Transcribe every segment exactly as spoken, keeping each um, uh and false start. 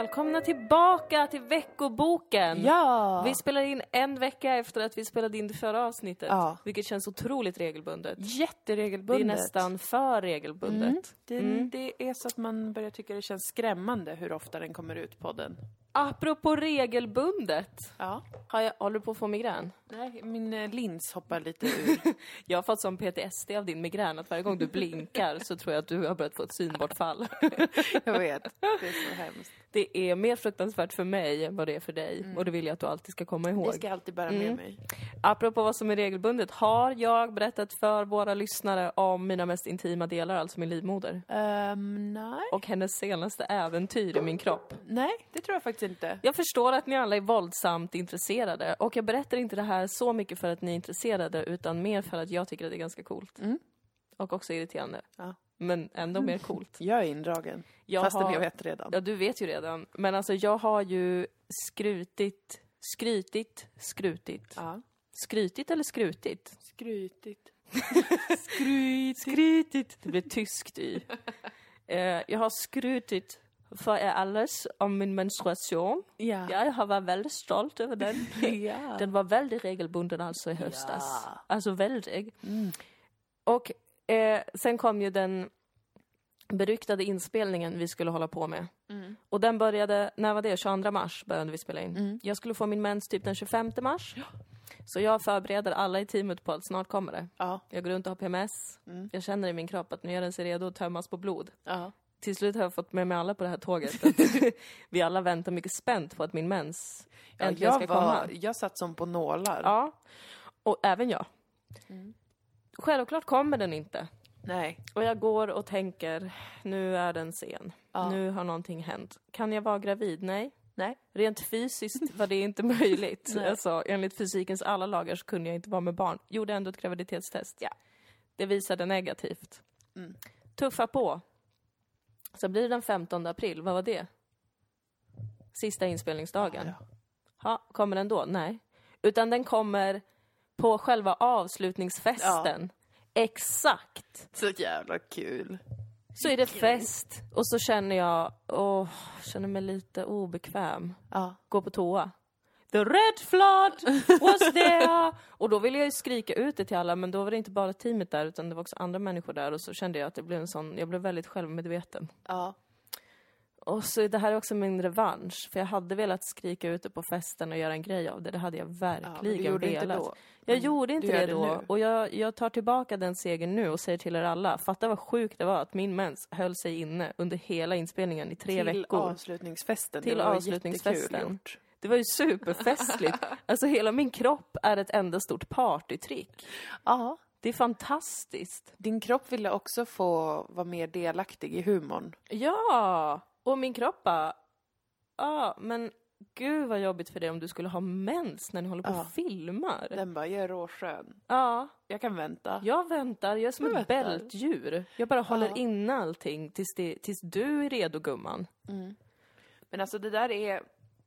Välkomna tillbaka till veckoboken. Ja. Vi spelar in en vecka efter att vi spelade in det förra avsnittet. Ja. Vilket känns otroligt regelbundet. Jätteregelbundet. Det är nästan för regelbundet. Mm. Det, Mm. det är så att man börjar tycka det känns skrämmande hur ofta den kommer ut, podden. Apropå regelbundet. Ja. Har jag, håller du på att få migrän? Nej, min eh, lins hoppar lite ur. Jag har fått som P T S D av din migrän. Att varje gång du blinkar så tror jag att du har börjat få ett synbortfall. Jag vet, det är så hemskt. Det är mer fruktansvärt för mig än vad det är för dig. Mm. Och det vill jag att du alltid ska komma ihåg. Det ska jag alltid bära med Mm. mig. Apropå vad som är regelbundet. Har jag berättat för våra lyssnare om mina mest intima delar, alltså min livmoder? Um, nej. Och hennes senaste äventyr i min kropp. Nej, det tror jag faktiskt inte. Jag förstår att ni alla är våldsamt intresserade. Och jag berättar inte det här så mycket för att ni är intresserade, utan mer för att jag tycker att det är ganska coolt. Mm. Och också irriterande. Ja. Men ändå mer coolt. Jag är indragen. Jag Fastän har... jag vet redan. Ja, du vet ju redan. Men alltså jag har ju skrutit, skrytit, skrutit. Ja. Skrytit eller skrutit? Skrytigt. Skryt, skrytigt. Det blir tyskt i. Eh, jag har skrutit för er alles om min menstruation. Ja. Jag har varit väldigt stolt över den. Ja. Den var väldigt regelbunden alltså i höstas. Ja. Alltså väldigt. Mm. Och eh, sen kom ju den beryktade inspelningen vi skulle hålla på med. Mm. Och den började, när var det? tjugoandra mars började vi spela in. Mm. Jag skulle få min mens typ den tjugofemte mars. Så jag förbereder alla i teamet på att snart kommer det. Ja. Jag går runt och har P M S. Mm. Jag känner i min kropp att nu är den sig redo att tömmas på blod. Ja. Till slut har jag fått med mig alla på det här tåget. Att vi alla väntar mycket spänt på att min mens Ja, äntligen ska jag, komma. var, jag satt som på nålar. Ja, och även jag. Mm. Självklart kommer den inte. Nej. Och jag går och tänker, nu är den sen. Ja. Nu har någonting hänt. Kan jag vara gravid? Nej. Nej. Rent fysiskt var det inte möjligt. Nej. Alltså, enligt fysikens alla lagar så kunde jag inte vara med barn. Gjorde ändå ett graviditetstest. Ja. Det visade negativt. Mm. Tuffa på. Så blir det den femtonde april. Vad var det? Sista inspelningsdagen. Ja. Ja, kommer den då? Nej. Utan den kommer på själva avslutningsfesten. Exakt. Så jävla kul. Så är det fest. Och så känner jag, åh, känner mig lite obekväm. Ja. Gå på toa. The red flood was there. Och då ville jag ju skrika ut det till alla, men då var det inte bara teamet där, utan det var också andra människor där. Och så kände jag att det blev en sån, jag blev väldigt självmedveten. Ja. Och så det här är också min revansch. För jag hade velat skrika ut det på festen och göra en grej av det. Det hade jag verkligen ja, velat. inte då. Jag Men gjorde inte du gör det det då. nu. Och jag, jag tar tillbaka den segern nu och säger till er alla. Fatta vad sjukt det var att min mens höll sig inne under hela inspelningen i tre till veckor. avslutningsfesten. Till det var avslutningsfesten. jättekul gjort. Det var ju superfestligt. Alltså hela min kropp är ett enda stort partytrick. Ja. Det är fantastiskt. Din kropp ville också få vara mer delaktig i humorn. Ja, och min kropp bara, ja, men gud vad jobbigt för dig om du skulle ha mens när ni håller på Ja. och filmar. Den bara, jag är råskön. Ja, Jag kan vänta. jag väntar. Jag är som Jag ett väntar. bältdjur. Jag bara håller Ja. inne allting tills, det, tills du är redo, gumman. Mm. Men alltså det där är...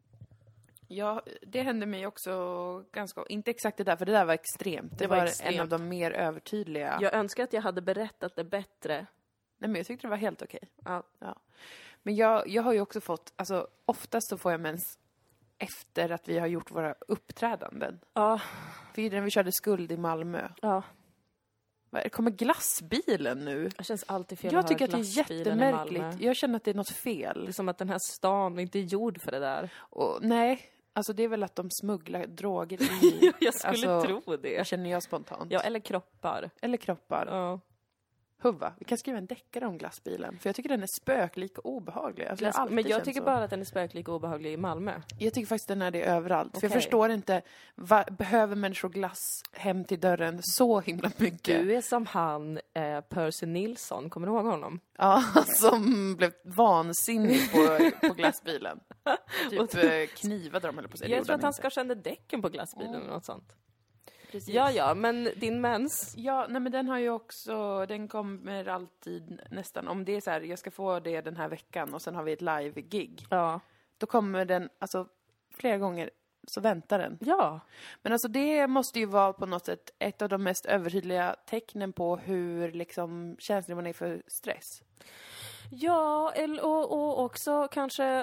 Ja, det hände mig också ganska... Inte exakt det där, för det där var extremt. Det, Det var var, extremt. en av de mer övertydliga. Jag önskar att jag hade berättat det bättre. Nej, men jag tyckte det var helt okej. Ja. Ja. Men jag, jag har ju också fått... Alltså, oftast så får jag mens efter att vi har gjort våra uppträdanden. Ja. För när vi körde Skuld i Malmö. Ja. Vad är det? Kommer glassbilen nu? Det känns alltid fel Jag att höra tycker att det är glassbilen i Malmö. jättemärkligt. Jag känner att det är något Det fel. är som att den här stan inte är gjord för det där. Och, nej, alltså det är väl att de smugglar droger i... Jag skulle Alltså, tro det. Jag känner jag spontant. Ja, eller kroppar. Eller kroppar. Ja. Huva. Vi kan skriva en deckare om glassbilen. För jag tycker den är spöklik och obehaglig. Alltså, Glass, har alltid men jag känt tycker så. bara att den är spöklik och obehaglig i Malmö. Jag tycker faktiskt den är det överallt. För jag Okej. förstår inte, va, behöver människor glass hem till dörren så himla mycket? Du är som han, eh, Percy Nilsson. Kommer du ihåg honom? Ja, som blev vansinnig på, på glassbilen. Typ eh, knivade de eller på sig. Det Jag gjorde tror att de han inte. ska känna däcken på glassbilen eller något sånt. Precis. Ja, ja, men din mens. Ja, nej men den har ju också, den kommer alltid nästan, om det är så här, jag ska få det den här veckan och sen har vi ett live-gig. Ja. Då kommer den, alltså flera gånger så väntar den. Ja. Men alltså det måste ju vara på något sätt ett av de mest övertydliga tecknen på hur liksom känslig man är för stress. Ja, eller, och, och också kanske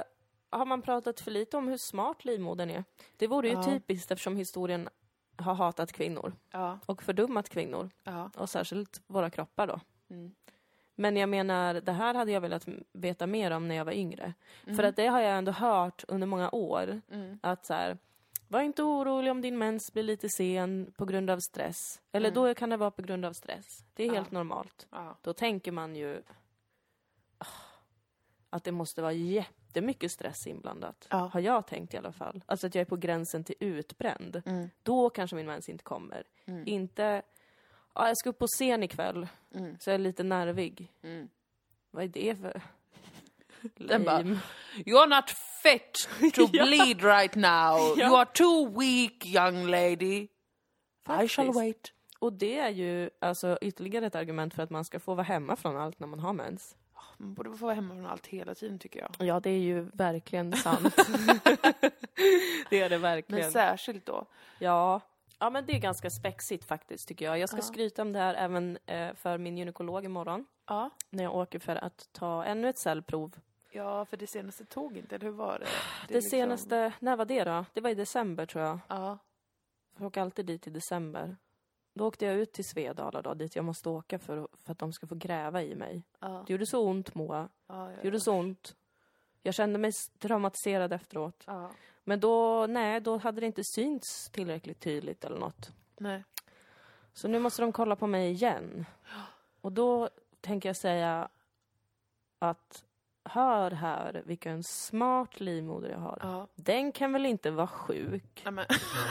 har man pratat för lite om hur smart livmodern är? Det vore ju Ja. typiskt eftersom historien har hatat kvinnor. Ja. Och fördummat kvinnor. Ja. Och särskilt våra kroppar då. Mm. Men jag menar, det här hade jag velat veta mer om när jag var yngre. Mm. För att det har jag ändå hört under många år. Mm. Att så här, var inte orolig om din mens blir lite sen på grund av stress. Eller Mm. då kan det vara på grund av stress. Det är Ja. helt normalt. Ja. Då tänker man ju ah, att det måste vara jättemycket stress inblandat. Ja. Har jag tänkt i alla fall. Alltså att jag är på gränsen till utbränd. Mm. Då kanske min mens inte kommer. Mm. Inte, ja, jag ska upp på scen ikväll. Mm. Så jag är lite nervig. Mm. Vad är det för... Den bara, lame? You're not fit to Ja. bleed right now. Ja. You are too weak, young lady. I shall Faktiskt. wait. Och det är ju alltså ytterligare ett argument för att man ska få vara hemma från allt när man har mens. Man borde få vara hemma från allt hela tiden, tycker jag. Ja, det är ju verkligen sant. Det är det verkligen. Men särskilt då. Ja. Ja, men det är ganska spexigt faktiskt tycker jag. Jag ska Ja. skryta om det här även eh, för min gynekolog imorgon. Ja. När jag åker för att ta ännu ett cellprov. Ja, för det senaste tog inte, eller hur var det? Det, är liksom- senaste, när var det då? Det var i december tror jag. Ja. Jag åker alltid dit i december. Då åkte jag ut till Svedala då, dit jag måste åka för, för att de ska få gräva i mig. Ja. Det gjorde så ont, Moa. Ja, ja, Det gjorde så ont. Jag kände mig traumatiserad efteråt. Ja. Men då, nej, då hade det inte synts tillräckligt tydligt eller något. Nej. Så nu måste de kolla på mig igen. Och då tänker jag säga att hör här vilken smart livmoder jag har. Ja. Den kan väl inte vara sjuk? Ja, men...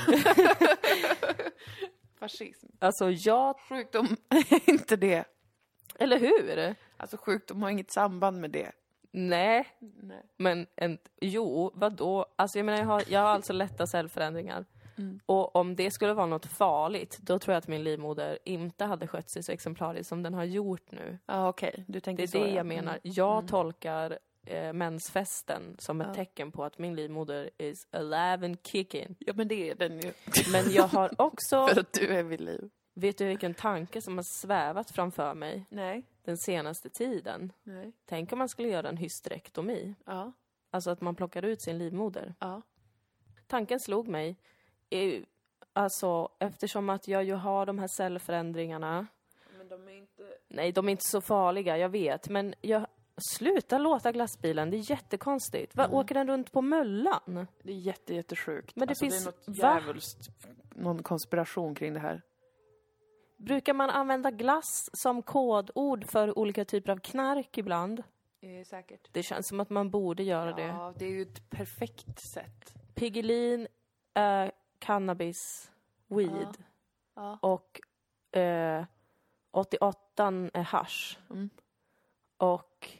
Fascism. Alltså jag... Sjukdom är inte det. Eller hur? Alltså sjukdom har inget samband med det. Nej, Nej. men en, jo, vadå? Alltså jag menar, jag har, jag har alltså lätta cellförändringar. Mm. Och om det skulle vara något farligt, då tror jag att min livmoder inte hade skött sig så exemplariskt som den har gjort nu. Ja, okej. Okay. Du Det tänker är så, det ja. jag menar. Mm. Jag Mm. tolkar eh, mensfesten som ett Ja. tecken på att min livmoder is alive and kicking. Ja, men det är den ju. Men jag har också, För att du är vid liv. vet du vilken tanke som har svävat framför mig Nej. den senaste tiden? Nej. Tänk om man skulle göra en hysterektomi. Ja. Alltså att man plockar ut sin livmoder. Ja. Tanken slog mig, eh, alltså eftersom att jag ju har de här cellförändringarna. Men de är inte... Nej, de är inte så farliga, jag vet. Men jag, sluta låta glassbilen, det är jättekonstigt. Va, Mm. åker den runt på Möllan? Det är jätte, jättesjukt. Men det alltså, finns- det är något va? djävulskt. Någon konspiration kring det här. Brukar man använda glass som kodord för olika typer av knark ibland? Eh, säkert. Det känns som att man borde göra det. Ja, det är ju ett perfekt sätt. Piggelin, eh, cannabis, weed Ja. och eh, åttioåtta är hasch. Mm. Och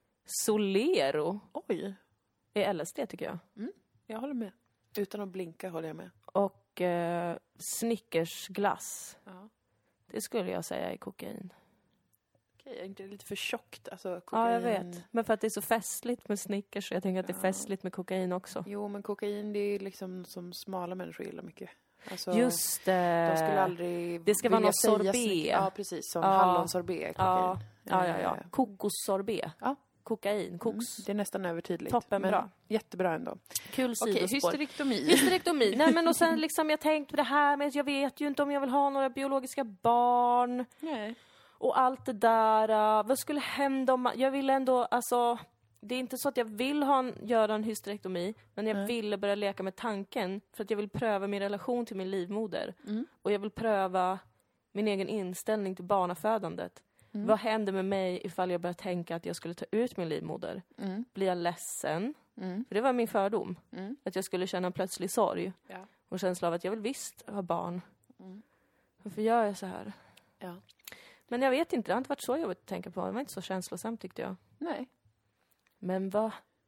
Solero Oj, är L S D tycker jag. jag håller med. Utan att blinka håller jag med. Och eh, Snickersglass, Ja. det skulle jag säga är kokain. Okej, är inte det lite för tjockt? Alltså, Ja, kokain... jag vet. Men för att det är så festligt med Snickers, så jag tänker att det är Ja. festligt med kokain också. Jo, men kokain det är liksom som smala människor gillar mycket. Alltså, Just det. de skulle aldrig det ska vara vilja någon säga sorbet. snick- Ja, precis. Som Ja. hallonsorbet är Ja, kokain. ja, ja, ja. Eh, Kokossorbet. Ja. Kokain, koks. Mm, det är nästan övertydligt. Toppenbra. Men jättebra ändå. Kul Okej, sidospår. hysterektomi. Hysterektomi. Nej, men och sen liksom jag tänkt på det här med att jag vet ju inte om jag vill ha några biologiska barn. Nej. Och allt det där. Uh, vad skulle hända om man... Jag vill ändå, alltså... Det är inte så att jag vill ha en, göra en hysterektomi, men jag Nej. ville börja leka med tanken för att jag vill pröva min relation till min livmoder. Mm. Och jag vill pröva min egen inställning till barnafödandet. Mm. Vad händer med mig ifall jag börjar tänka att jag skulle ta ut min livmoder? Mm. Blir jag ledsen? Mm. För det var min fördom. Mm. Att jag skulle känna en plötslig sorg. Ja. Och känsla av att jag vill visst ha barn. Mm. Varför gör jag så här? Ja. Men jag vet inte, det har inte varit så jobbigt att tänka på. Det var inte så känslosamt tyckte jag. Nej. Men vad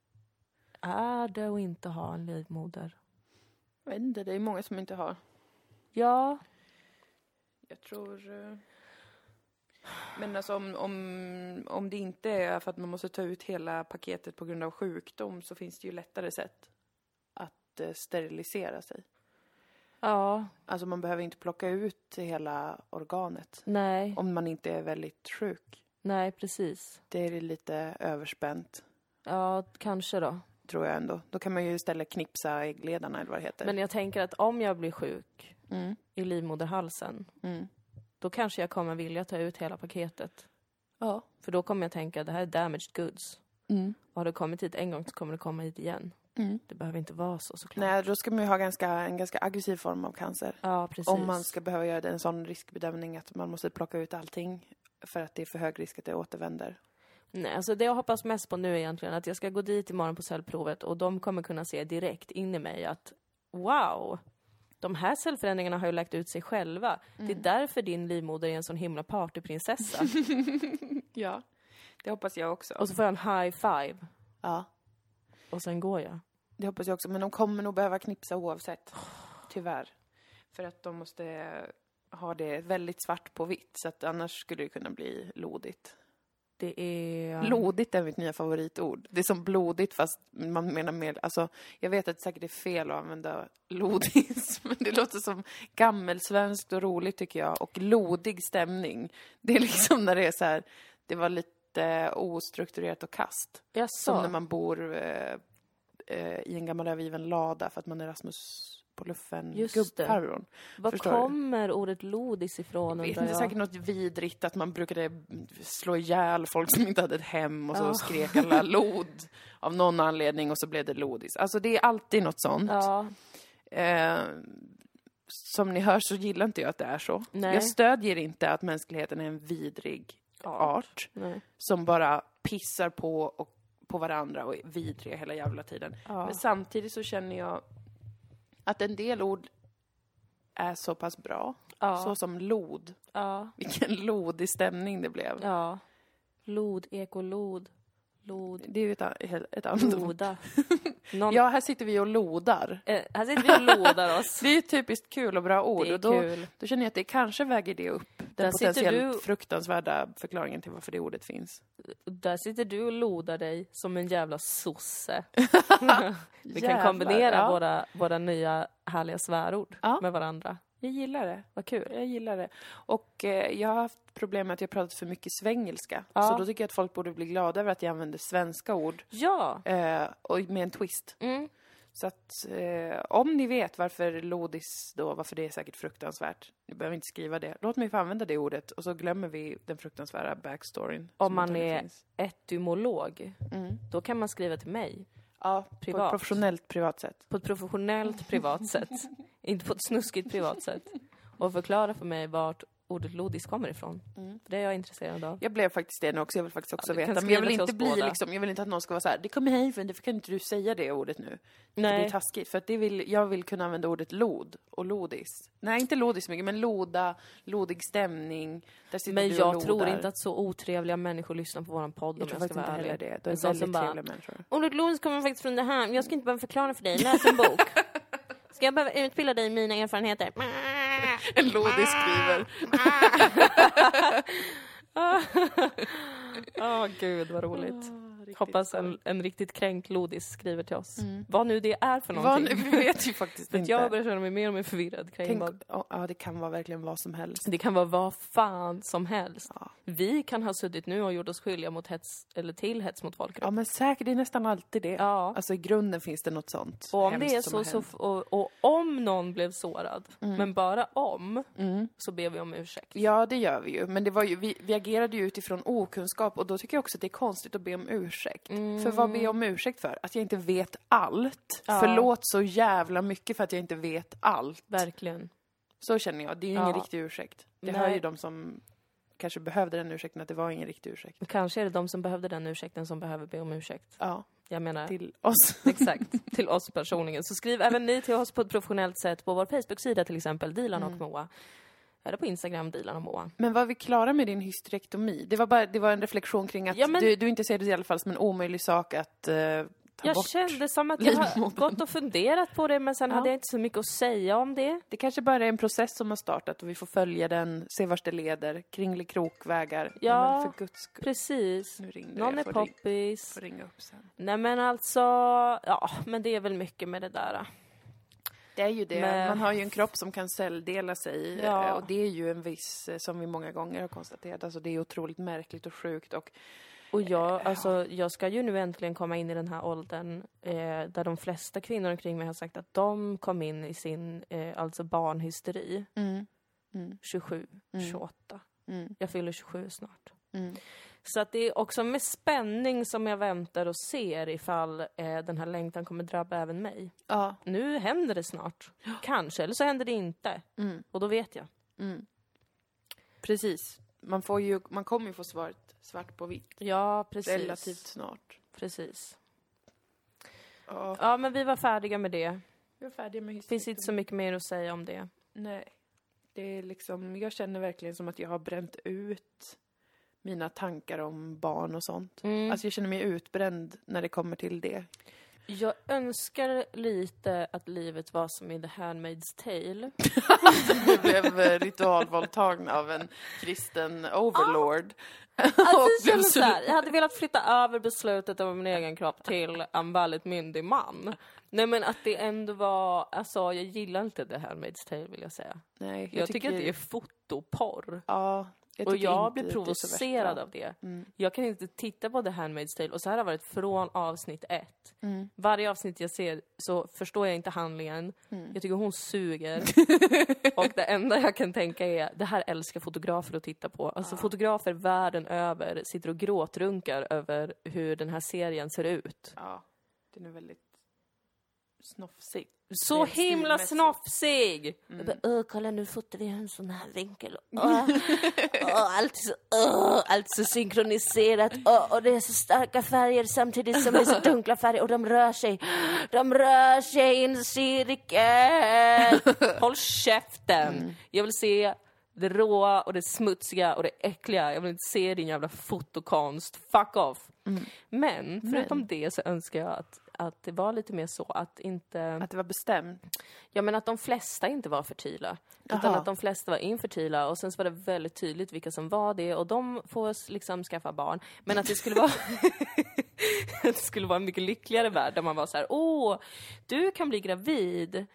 är det att inte ha en livmoder? Jag vet inte, det är många som inte har. Ja, Jag tror... eh, Men alltså om, om, om det inte är för att man måste ta ut hela paketet på grund av sjukdom så finns det ju lättare sätt att eh, sterilisera sig. ja, Alltså man behöver inte plocka ut hela organet nej, om man inte är väldigt sjuk. nej precis. Det är lite överspänt. Ja, kanske då. tror jag ändå. Då kan man ju istället knipsa äggledarna eller vad det heter. Men jag tänker att om jag blir sjuk Mm. i livmoderhalsen, Mm. då kanske jag kommer vilja ta ut hela paketet. Ja. För då kommer jag tänka, det här är damaged goods. Mm. Och har det kommit hit en gång så kommer det komma hit igen. Mm. Det behöver inte vara så såklart. Nej, då ska man ju ha ganska, en ganska aggressiv form av cancer. Ja, precis. Om man ska behöva göra en sån riskbedömning att man måste plocka ut allting för att det är för hög risk att det återvänder. Nej, alltså det jag hoppas mest på nu är egentligen att jag ska gå dit imorgon på cellprovet och de kommer kunna se direkt in i mig att wow, de här cellförändringarna har ju lagt ut sig själva. Mm. Det är därför din livmoder är en sån himla partyprinsessa. Ja, det hoppas jag också. Och så får jag en high five. Ja. Och sen går jag. Det hoppas jag också, men de kommer nog behöva knipsa oavsett. Tyvärr. För att de måste ha det väldigt svart på vitt, så att annars skulle det kunna bli lodigt. Det är... Lodigt är mitt nya favoritord. Det är som blodigt fast man menar mer... Alltså, jag vet att det säkert är fel att använda lodis. Men det låter som gammelsvenskt och roligt tycker jag. Och lodig stämning. Det är liksom när det är så här... Det var lite ostrukturerat och kast. Jag som när man bor eh, eh, i en gammal övergiven lada för att man är Rasmus på luffen. Gubbfarbrorn. Vad kommer ordet lodis ifrån? Jag vet inte, säkert något vidrigt att man brukade slå ihjäl folk som inte hade ett hem och så oh. skrek alla lod av någon anledning och så blev det lodis. Alltså det är alltid något sånt. Ja. Eh, som ni hör så gillar inte jag att det är så. Nej. Jag stödjer inte att mänskligheten är en vidrig art, art som bara pissar på och på varandra och är vidriga hela jävla tiden. Ja. Men samtidigt så känner jag att en del ord är så pass bra. Ja. Så som lod. Ja. Vilken lodig stämning det blev. Ja. Lod, ekolod. Lod. Det är ju ett, ett annat Loda. Någon... Ja, här sitter vi och lodar. Eh, här sitter vi och lodar oss. Det är ju typiskt kul och bra ord. Det är och då, kul. Då känner jag att det kanske väger det upp. Den där potentiellt du... fruktansvärda förklaringen till varför det ordet finns. Där sitter du och lodar dig som en jävla sosse. Vi kan kombinera ja. våra, våra nya härliga svärord ja. med varandra. Jag gillar det. Vad kul. Jag gillar det. Och eh, jag har haft problem med att jag pratat för mycket svengelska. Ja. Så då tycker jag att folk borde bli glada över att jag använder svenska ord. Ja. Eh, och med en twist. Mm. Så att eh, om ni vet varför lodis då, varför det är säkert fruktansvärt. Ni behöver inte skriva det. Låt mig få använda det ordet och så glömmer vi den fruktansvärda backstoryn. Om man är finns. etymolog, mm. då kan man skriva till mig. Ja, privat. På ett professionellt privat sätt. På ett professionellt privat sätt. Inte på ett snuskigt privat sätt. Och förklara för mig vart ordet lodis kommer ifrån. Mm. För det är jag intresserad av. Jag blev faktiskt det nu också. Jag vill faktiskt också ja, veta. Men jag vill inte bli liksom, jag vill inte att någon ska vara så här, det kommer härifrån, därför kan inte du säga det ordet nu. Nej. För det är taskigt. För att det vill, jag vill kunna använda ordet lod och lodis. Nej, inte lodis mycket, men loda, lodig stämning. Där men jag tror inte att så otrevliga människor lyssnar på våran podd. Jag tror faktiskt inte heller det. Det är väldigt trevliga bara, människor. Ordet lodis kommer faktiskt från det här. Jag ska inte behöva förklara för dig. Läs en bok. Ska jag behöva utbilda dig i mina erfarenheter? En lodis skriver. Åh oh, gud, vad roligt. Oh, hoppas en, en riktigt kränkt lodis skriver till oss. Mm. Vad nu det är för någonting. Vad, vi vet ju faktiskt inte. Jag börjar känna mig mer och mer förvirrad. Tänk, ja, det kan vara verkligen vad som helst. Det kan vara vad fan som helst. Ja. Vi kan ha suttit nu och gjort oss skyldiga mot hets, eller till hets mot folkgrupp. Ja, men säkert, det är nästan alltid det. Ja. Alltså i grunden finns det något sånt. Och om det är så, så och, och om någon blev sårad, mm. men bara om, mm. så ber vi om ursäkt. Ja, det gör vi ju. Men det var ju, vi, vi agerade ju utifrån okunskap och då tycker jag också att det är konstigt att be om ursäkt. Mm. För vad ber jag om ursäkt för? Att jag inte vet allt. Ja. Förlåt så jävla mycket för att jag inte vet allt. Verkligen. Så känner jag. Det är ju ja. ingen riktig ursäkt. Det Nej. hör ju de som kanske behövde den ursäkten att det var ingen riktig ursäkt. Kanske är det de som behövde den ursäkten som behöver be om ursäkt. Ja. Jag menar, till oss. Exakt, till oss personligen. Så skriv även ni till oss på ett professionellt sätt på vår Facebook-sida till exempel, Dilan mm. och Moa. Eller på Instagram, Dilan och Moa. Men var vi klara med din hysterektomi? Det var, bara, det var en reflektion kring att ja, men... du, du inte ser det i alla fall som en omöjlig sak att uh, ta jag bort. Jag kände som att jag har gått och funderat på det, men sen ja. hade jag inte så mycket att säga om det. Det kanske bara är en process som har startat och vi får följa den, se vart det leder, kringelikrokvägar. Ja, men för Guds skull. Precis. Nu ringde Någon jag. är poppis. Får ringa upp sen. Nej men alltså, ja, men det är väl mycket med det där. Det är ju det. Men... Man har ju en kropp som kan celldela sig. Ja. Och det är ju en viss, som vi många gånger har konstaterat. Alltså det är otroligt märkligt och sjukt. Och Och jag, alltså, jag ska ju nu äntligen komma in i den här åldern eh, där de flesta kvinnor omkring mig har sagt att de kom in i sin eh, alltså barnhysteri. Mm. Mm. tjugosju, Mm. tjugoåtta. Mm. Jag fyller tjugosju snart. Mm. Så att det är också med spänning som jag väntar och ser ifall eh, den här längtan kommer drabba även mig. Ja. Nu händer det snart. Kanske, eller så händer det inte. Mm. Och då vet jag. Mm. Precis. Man, får ju, man kommer ju få svaret svart på vitt Ja, precis. relativt snart. Precis. Ja. Ja, men vi var färdiga med det. Jag är färdig med Det hysterin. finns inte så mycket mer att säga om det. Nej. Det är liksom, jag känner verkligen som att jag har bränt ut mina tankar om barn och sånt. Mm. Alltså jag känner mig utbränd när det kommer till det. Jag önskar lite att livet var som i The Handmaid's Tale. Du blev eh, ritualvåldtagen av en kristen overlord. Alltså, Och jag, blev känner så- så här, jag hade velat flytta över beslutet över min egen kropp till en väldigt myndig man. Nej, men att det ändå var... Alltså, jag gillar inte The Handmaid's Tale, vill jag säga. Nej, Jag, tycker att det är fotoporr. Ja, jag Och tycker jag inte blir det är så värst provocerad bra. av det. Mm. Jag kan inte titta på The Handmaid's Tale. Och så här har det varit från avsnitt ett. Mm. Varje avsnitt jag ser så förstår jag inte handlingen. Mm. Jag tycker hon suger. Och det enda jag kan tänka är, det här älskar fotografer att titta på. Alltså Ja. fotografer världen över sitter och gråtrunkar över hur den här serien ser ut. Ja, den är väldigt snofsig. Så Rent himla stilmässigt. snofsig! Mm. Jag bara, "Åh, kolla nu fotar vi en sån här vinkel. Åh, åh, allt, är så, åh, allt så synkroniserat. Åh, och det är så starka färger samtidigt som det är så dunkla färger. Och de rör sig. De rör sig i en cirkel. Håll käften. Mm. Jag vill se det råa och det smutsiga och det äckliga. Jag vill inte se din jävla fotokonst. Fuck off. Mm. Men förutom det så önskar jag att, att det var lite mer så att inte... Att det var bestämt. Ja, men att de flesta inte var fertila. Utan Jaha. att de flesta var infertila. Och sen så var det väldigt tydligt vilka som var det. Och de får s- liksom skaffa barn. Men att det skulle vara... att det skulle vara en mycket lyckligare värld. Där man var så här, åh, du kan bli gravid.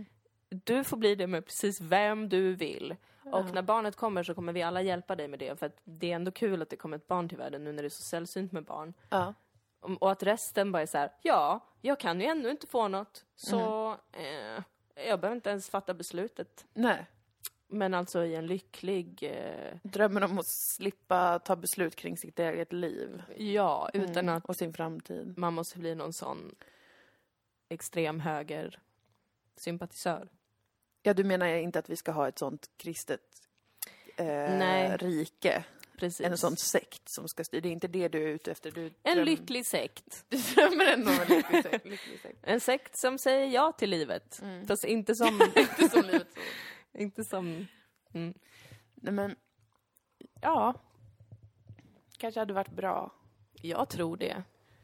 Du får bli det med precis vem du vill. Och när barnet kommer så kommer vi alla hjälpa dig med det. För att det är ändå kul att det kommer ett barn till världen nu när det är så sällsynt med barn. Ja. Och och att resten bara är så här, ja, jag kan ju ännu inte få något. Så eh, jag behöver inte ens fatta beslutet. Nej. Men alltså i en lycklig, eh, Drömmen om att slippa ta beslut kring sitt eget liv. ja, utan Mm. att Och sin framtid. man måste bli någon sån extrem höger sympatisör. Ja, du menar inte att vi ska ha ett sånt kristet eh, Nej. rike? Precis. En sån sekt som ska styra. Det är inte det du är ute efter. Du En dröm- lycklig sekt. Du drömmer ändå om en lycklig sekt. Lycklig sekt. En sekt som säger ja till livet. Mm. Fast inte som... Inte som livet så. inte som... Mm. Nej, men ja. Kanske hade varit bra. Jag tror det.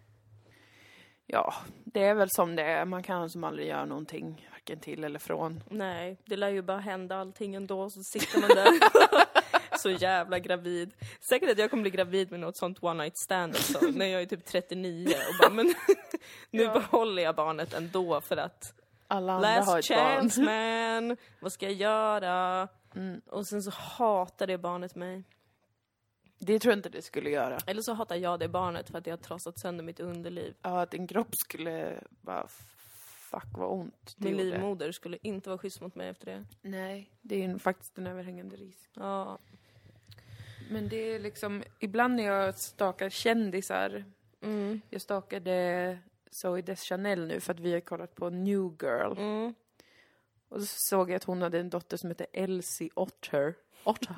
Ja, det är väl som det är. Man kan som aldrig göra någonting, varken till eller från. Nej, det lär ju bara hända allting ändå, så sitter man där så jävla gravid. Säkert att jag kommer bli gravid med något sånt one night stand också, när jag är typ trettionio och bara, men nu Ja. behåller jag barnet ändå för att Alla andra har last ett chance barn. man, vad ska jag göra? Mm. Och sen så hatar det barnet mig. Det tror jag inte det skulle göra. Eller så hatar jag det barnet för att jag har trasat sönder mitt underliv. Ja, att din kropp skulle bara, fuck vad ont det Min gjorde. livmoder skulle inte vara schysst mot mig efter det. Nej, det är en, faktiskt en överhängande risk. Ja. Men det är liksom, ibland när jag stakar kändisar, Mm. jag stakade Zoe Deschanel nu för att vi har kollat på New Girl. Mm. Och så såg jag att hon hade en dotter som heter Elsie Otter. Otter?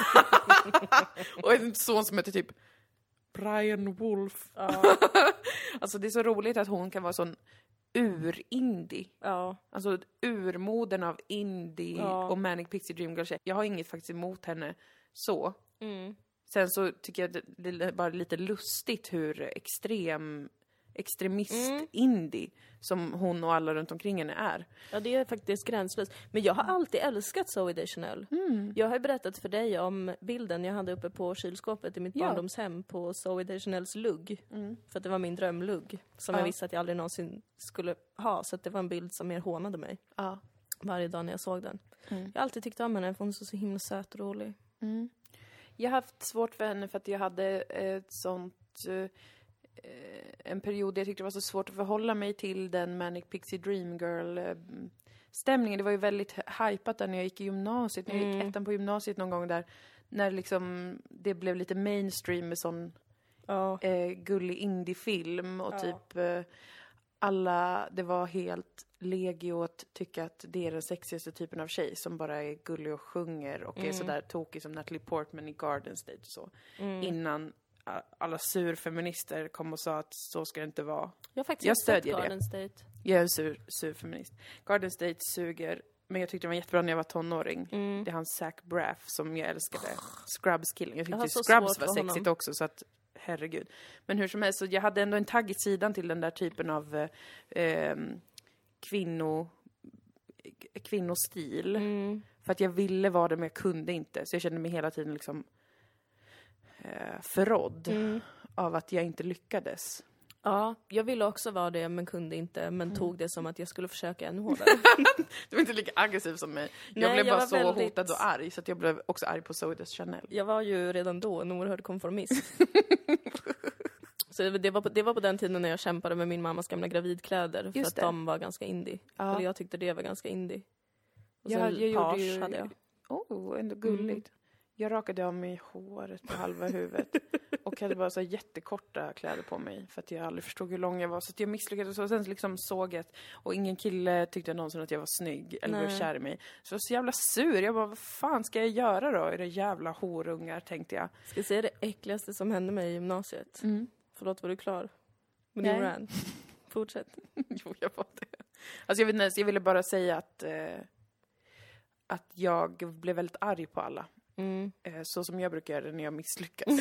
Och en son som heter typ Brian Wolf. Ja. Alltså det är så roligt att hon kan vara sån ur-indie. Ja. Alltså urmodern av indie Ja. och Manic Pixie Dream Girl. Jag har inget faktiskt emot henne så. Mm. Sen så tycker jag att det är bara lite lustigt hur extrem extremist-indie som hon och alla runt omkring henne är. Ja, det är faktiskt gränslöst. Men jag har alltid älskat Zoe Deschanel. Jag har ju berättat för dig om bilden jag hade uppe på kylskåpet i mitt Ja. barndomshem på Zoe Deschanels lugg. Mm. För att det var min drömlugg som Ja. jag visste att jag aldrig någonsin skulle ha. Så att det var en bild som mer hånade mig Ja. varje dag när jag såg den. Mm. Jag har alltid tyckt om henne för hon är så, så himla söt och rolig. Mm. Jag har haft svårt för henne för att jag hade ett sånt eh, en period där jag tyckte det var så svårt att förhålla mig till den Manic Pixie Dream Girl eh, stämningen. Det var ju väldigt hypat där när jag gick i gymnasiet. När jag gick Mm. ettan på gymnasiet någon gång där. När liksom det blev lite mainstream med sån Ja. eh, gullig indiefilm. Och Ja. typ eh, alla, det var helt legio att tycka att det är den sexigaste typen av tjej som bara är gullig och sjunger och Mm. är sådär tokig som Natalie Portman i Garden State och så. Mm. Innan a- alla surfeminister kom och sa att så ska det inte vara. Jag har faktiskt Jag inte sett stödjer det. Garden State. Jag är en sur, surfeminist. Garden State suger, men jag tyckte det var jättebra när jag var tonåring. Mm. Det är han Zach Braff som jag älskade. Scrubs-killen. Jag Jag tyckte har så Scrubs svårt var för sexigt honom. också, så att herregud. Men hur som helst, så jag hade ändå en tagg i sidan till den där typen av eh, ehm, kvinno, kvinnostil. Mm. För att jag ville vara det, men jag kunde inte. Så jag kände mig hela tiden liksom eh, förrådd Mm. av att jag inte lyckades. Ja, jag ville också vara det men kunde inte. Men tog det som att jag skulle försöka ännu hårdare. Du var inte lika aggressiv som mig. Jag Nej, blev jag bara var så väldigt- hotad och arg, så att jag blev också arg på Zoe Chanel. Jag var ju redan då en oerhörd konformist. Så det, det, var på, det var på den tiden när jag kämpade med min mammas gamla gravidkläder. För Just att det. de var ganska indie. Ja. Eller jag tyckte det var ganska indie. Och Ja, sen jag gjorde page ju- hade jag. Oh, ändå gulligt. Jag rakade av mig håret på halva huvudet. Och hade bara så här jättekorta kläder på mig. För att jag aldrig förstod hur lång jag var. Så att jag misslyckades. Och sen liksom såg jag att, och ingen kille tyckte någonsin att jag var snygg. Eller blev Nej. kär i mig. Så jag var så jävla sur. Jag bara, vad fan ska jag göra då? Är det jävla horungar, tänkte jag. Ska jag säga det äckligaste som hände mig i gymnasiet? Mm. Förlåt, var du klar? Men Nej. din rant. Fortsätt. Jo, jag var det. Alltså jag, vet inte, jag ville bara säga att, eh, att jag blev väldigt arg på alla. Mm. Eh, så som jag brukar göra när jag misslyckas.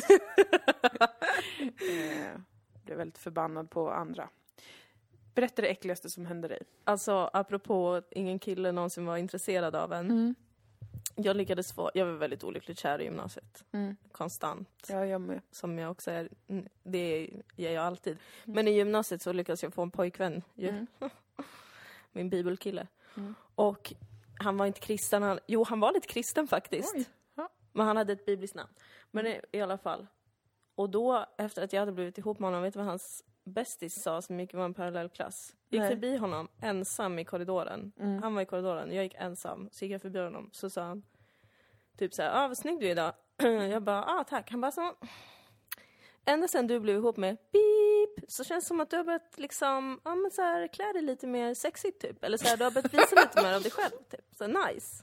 eh, blev väldigt förbannad på andra. Berätta det äckligaste som hände dig. Alltså, apropå att ingen kille någonsin var intresserad av en. Mm. Jag lyckades få, jag var väldigt olyckligt kär i gymnasiet. Mm. Konstant. Ja, jag med. Som jag också är, mm, det är jag alltid. Men i gymnasiet så lyckades jag få en pojkvän. Ju. Mm. Min bibelkille. Mm. Och han var inte kristen. Han, jo, han var lite kristen faktiskt. Oj. Ja. Men han hade ett bibliskt namn. Men i, i alla fall. Och då, efter att jag hade blivit ihop med honom, vet du vad hans bästis sa som gick i en parallellklass? Gick Nej. förbi honom ensam i korridoren. Mm. Han var i korridoren, jag gick ensam. Så gick jag förbi honom. Så sa han typ så här, ah, vad snygg du är idag. Jag bara, ah tack. Han bara så, ända sen du blev ihop med beep, så känns det som att du har börjat liksom, ja men så här, klä dig lite mer sexigt typ. Eller så här, du har börjat visa lite mer av dig själv typ. Så här, nice.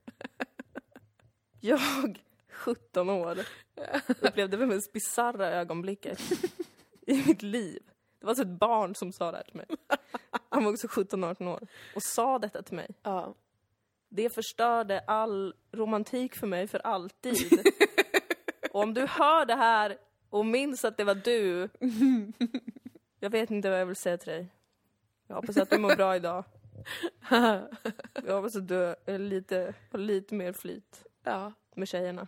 Jag, sjutton år, upplevde det mest bizarra ögonblicket i mitt liv. Det var så ett barn som sa det här till mig. Han var också sjutton arton år. Och sa detta till mig. Ja. Det förstörde all romantik för mig för alltid. Och om du hör det här och minns att det var du. Jag vet inte vad jag vill säga till dig. Jag hoppas att du mår bra idag. Jag hoppas att du är lite, har lite mer flyt Ja, med tjejerna.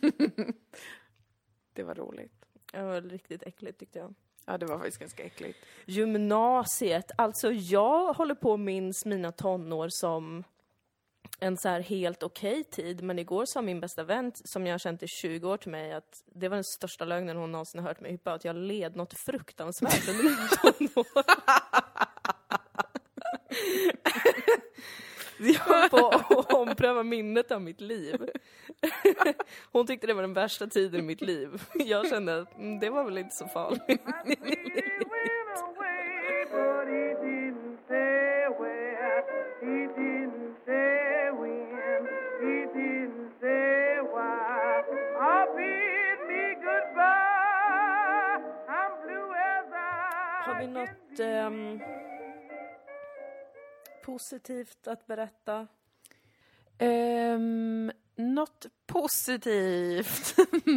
det var roligt. Det var riktigt äckligt tyckte jag. Ja, det var faktiskt ganska äckligt. Gymnasiet. Alltså jag håller på att minns mina tonår som en så här helt okej tid. Men igår sa min bästa vän som jag har känt i tjugo år till mig att det var den största lögnen hon någonsin har hört mig hyppa. Att jag led något fruktansvärt under mina tonår. Jag höll på att ompröva minnet av mitt liv. Hon tyckte det var den värsta tiden i mitt liv. Jag kände att mm, det var väl inte så farligt. Har vi något ehm, positivt att berätta? Um, något positivt.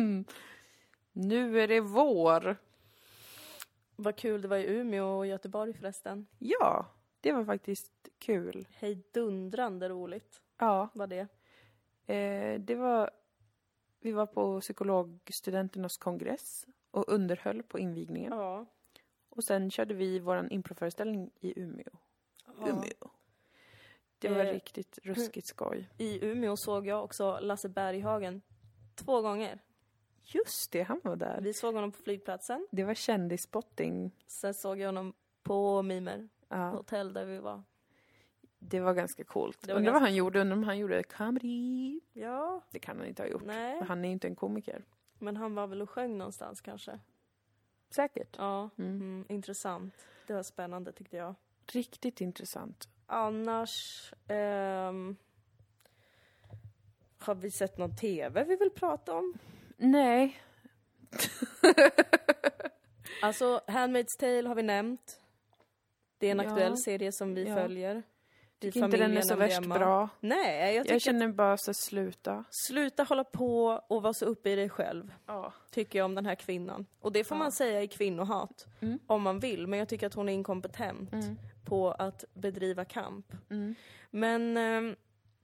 Nu är det vår. Vad kul det var i Umeå och Göteborg förresten. Ja, det var faktiskt kul. Hejdundrande roligt Ja, var det. eh, det var... Vi var på psykologstudenternas kongress och underhöll på invigningen. Ja. Och sen körde vi våran improföreställning i Umeå. Ja. Umeå. Det var Eh, riktigt ruskigt skoj. I Umeå såg jag också Lasse Berghagen två gånger. Just det, han var där. Vi såg honom på flygplatsen. Det var kändisspotting. Sen såg jag honom på Mimer. Ja. Hotell där vi var. Det var ganska coolt. Det var Undrar ganska vad han gjorde. Undrar om han gjorde comedy. Ja. Det kan han inte ha gjort. Nej. För han är ju inte en komiker. Men han var väl och sjöng någonstans kanske. Säkert. Ja, Mm. mm, intressant. Det var spännande tyckte jag. Riktigt intressant. Annars ehm, har vi sett någon tv vi vill prata om? Nej. Alltså, Handmaid's Tale har vi nämnt. Det är en Ja. aktuell serie som vi Ja. följer. Vi Tycker inte den är familjen så och värst Emma. bra. Nej, jag tycker Jag känner bara så sluta. att sluta hålla på och vara så uppe i dig själv. Ja. Tycker jag om den här kvinnan. Och det får Ja. man säga i kvinnohat. Mm. Om man vill. Men jag tycker att hon är inkompetent Mm. på att bedriva kamp. Mm. Men ehm,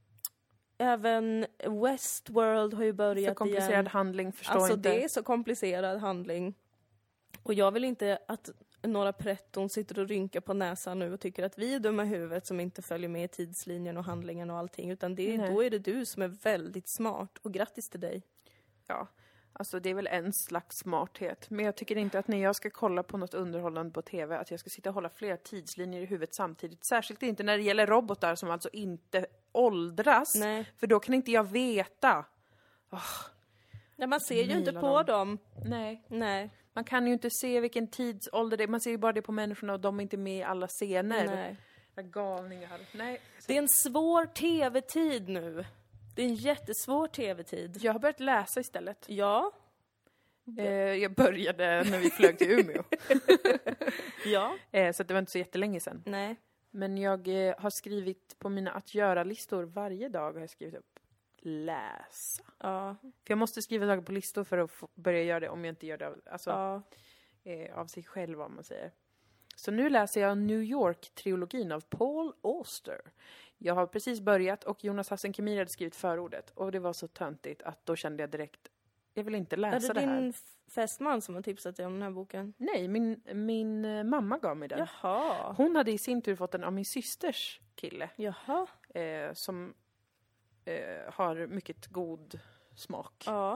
även Westworld har ju För börjat komplicerad igen. handling, förstår Alltså inte. det är så komplicerad handling. Och jag vill inte att några pretton sitter och rynkar på näsan nu och tycker att vi är dumma i huvudet som inte följer med i tidslinjen och handlingen och allting. Utan det, Nej. då är det du som är väldigt smart. Och grattis till dig. Ja, alltså det är väl en slags smarthet. Men jag tycker inte att när jag ska kolla på något underhållande på tv att jag ska sitta och hålla flera tidslinjer i huvudet samtidigt. Särskilt inte när det gäller robotar som alltså inte åldras. Nej. För då kan inte jag veta. Ja, man ser ju inte Mila på dem. dem. Nej, Nej. man kan ju inte se vilken tidsålder det är. Man ser ju bara det på människorna och de är inte med i alla scener. Nej. Galningar. Nej. Det är en svår tv-tid nu. Det är en jättesvår tv-tid. Jag har börjat läsa istället. Ja. Eh, jag började när vi flög till Umeå. Ja. eh, så att det var inte så jättelänge sedan. Nej. Men jag eh, har skrivit på mina att göra-listor varje dag har jag skrivit upp läsa. Ja. För jag måste skriva saker på listor för att få börja göra det om jag inte gör det av, alltså, Ja. eh, av sig själv om man säger. Så nu läser jag New York-trilogin av Paul Auster. Jag har precis börjat och Jonas Hassan Khemiri hade skrivit förordet. Och det var så töntigt att då kände jag direkt, jag vill inte Är läsa det det, här. din fästman som har tipsat dig om den här boken? Nej, min, min eh, mamma gav mig den. Jaha. Hon hade i sin tur fått den av min systers kille. Jaha. Eh, som eh, har mycket god smak Ja.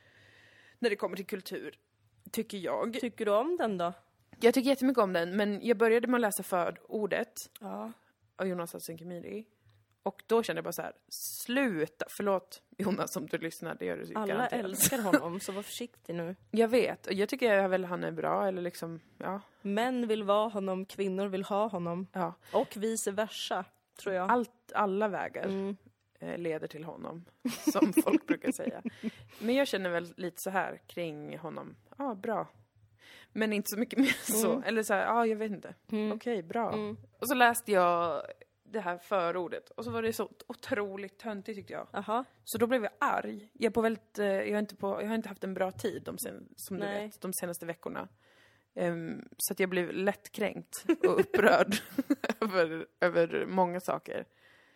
när det kommer till kultur, tycker jag. Tycker du om den då? Jag tycker jättemycket om den, men jag började med att läsa förordet Ja. av Jonas Hassan Khemiri. Och då kände jag bara så här, sluta, förlåt Jonas om du lyssnar, det gör du Alla garanterat. älskar honom, så var försiktig nu. Jag vet, och jag tycker väl han är bra, eller liksom, ja. Män vill vara honom, kvinnor vill ha honom. ja. Och vice versa, tror jag. Allt, alla vägar Mm. eh, leder till honom, som folk brukar säga. Men jag känner väl lite så här kring honom, ja ah, bra. Men inte så mycket mer så, Mm. eller så här, ja ah, jag vet inte. Mm. Okej, bra. Mm. Och så läste jag det här förordet. Och så var det så otroligt töntigt tyckte jag. Jaha. Så då blev jag arg. Jag, är på väldigt, eh, jag, har inte på, jag har inte haft en bra tid de sen, som du Nej. vet, de senaste veckorna. Ehm, så att jag blev lättkränkt och upprörd över, över många saker.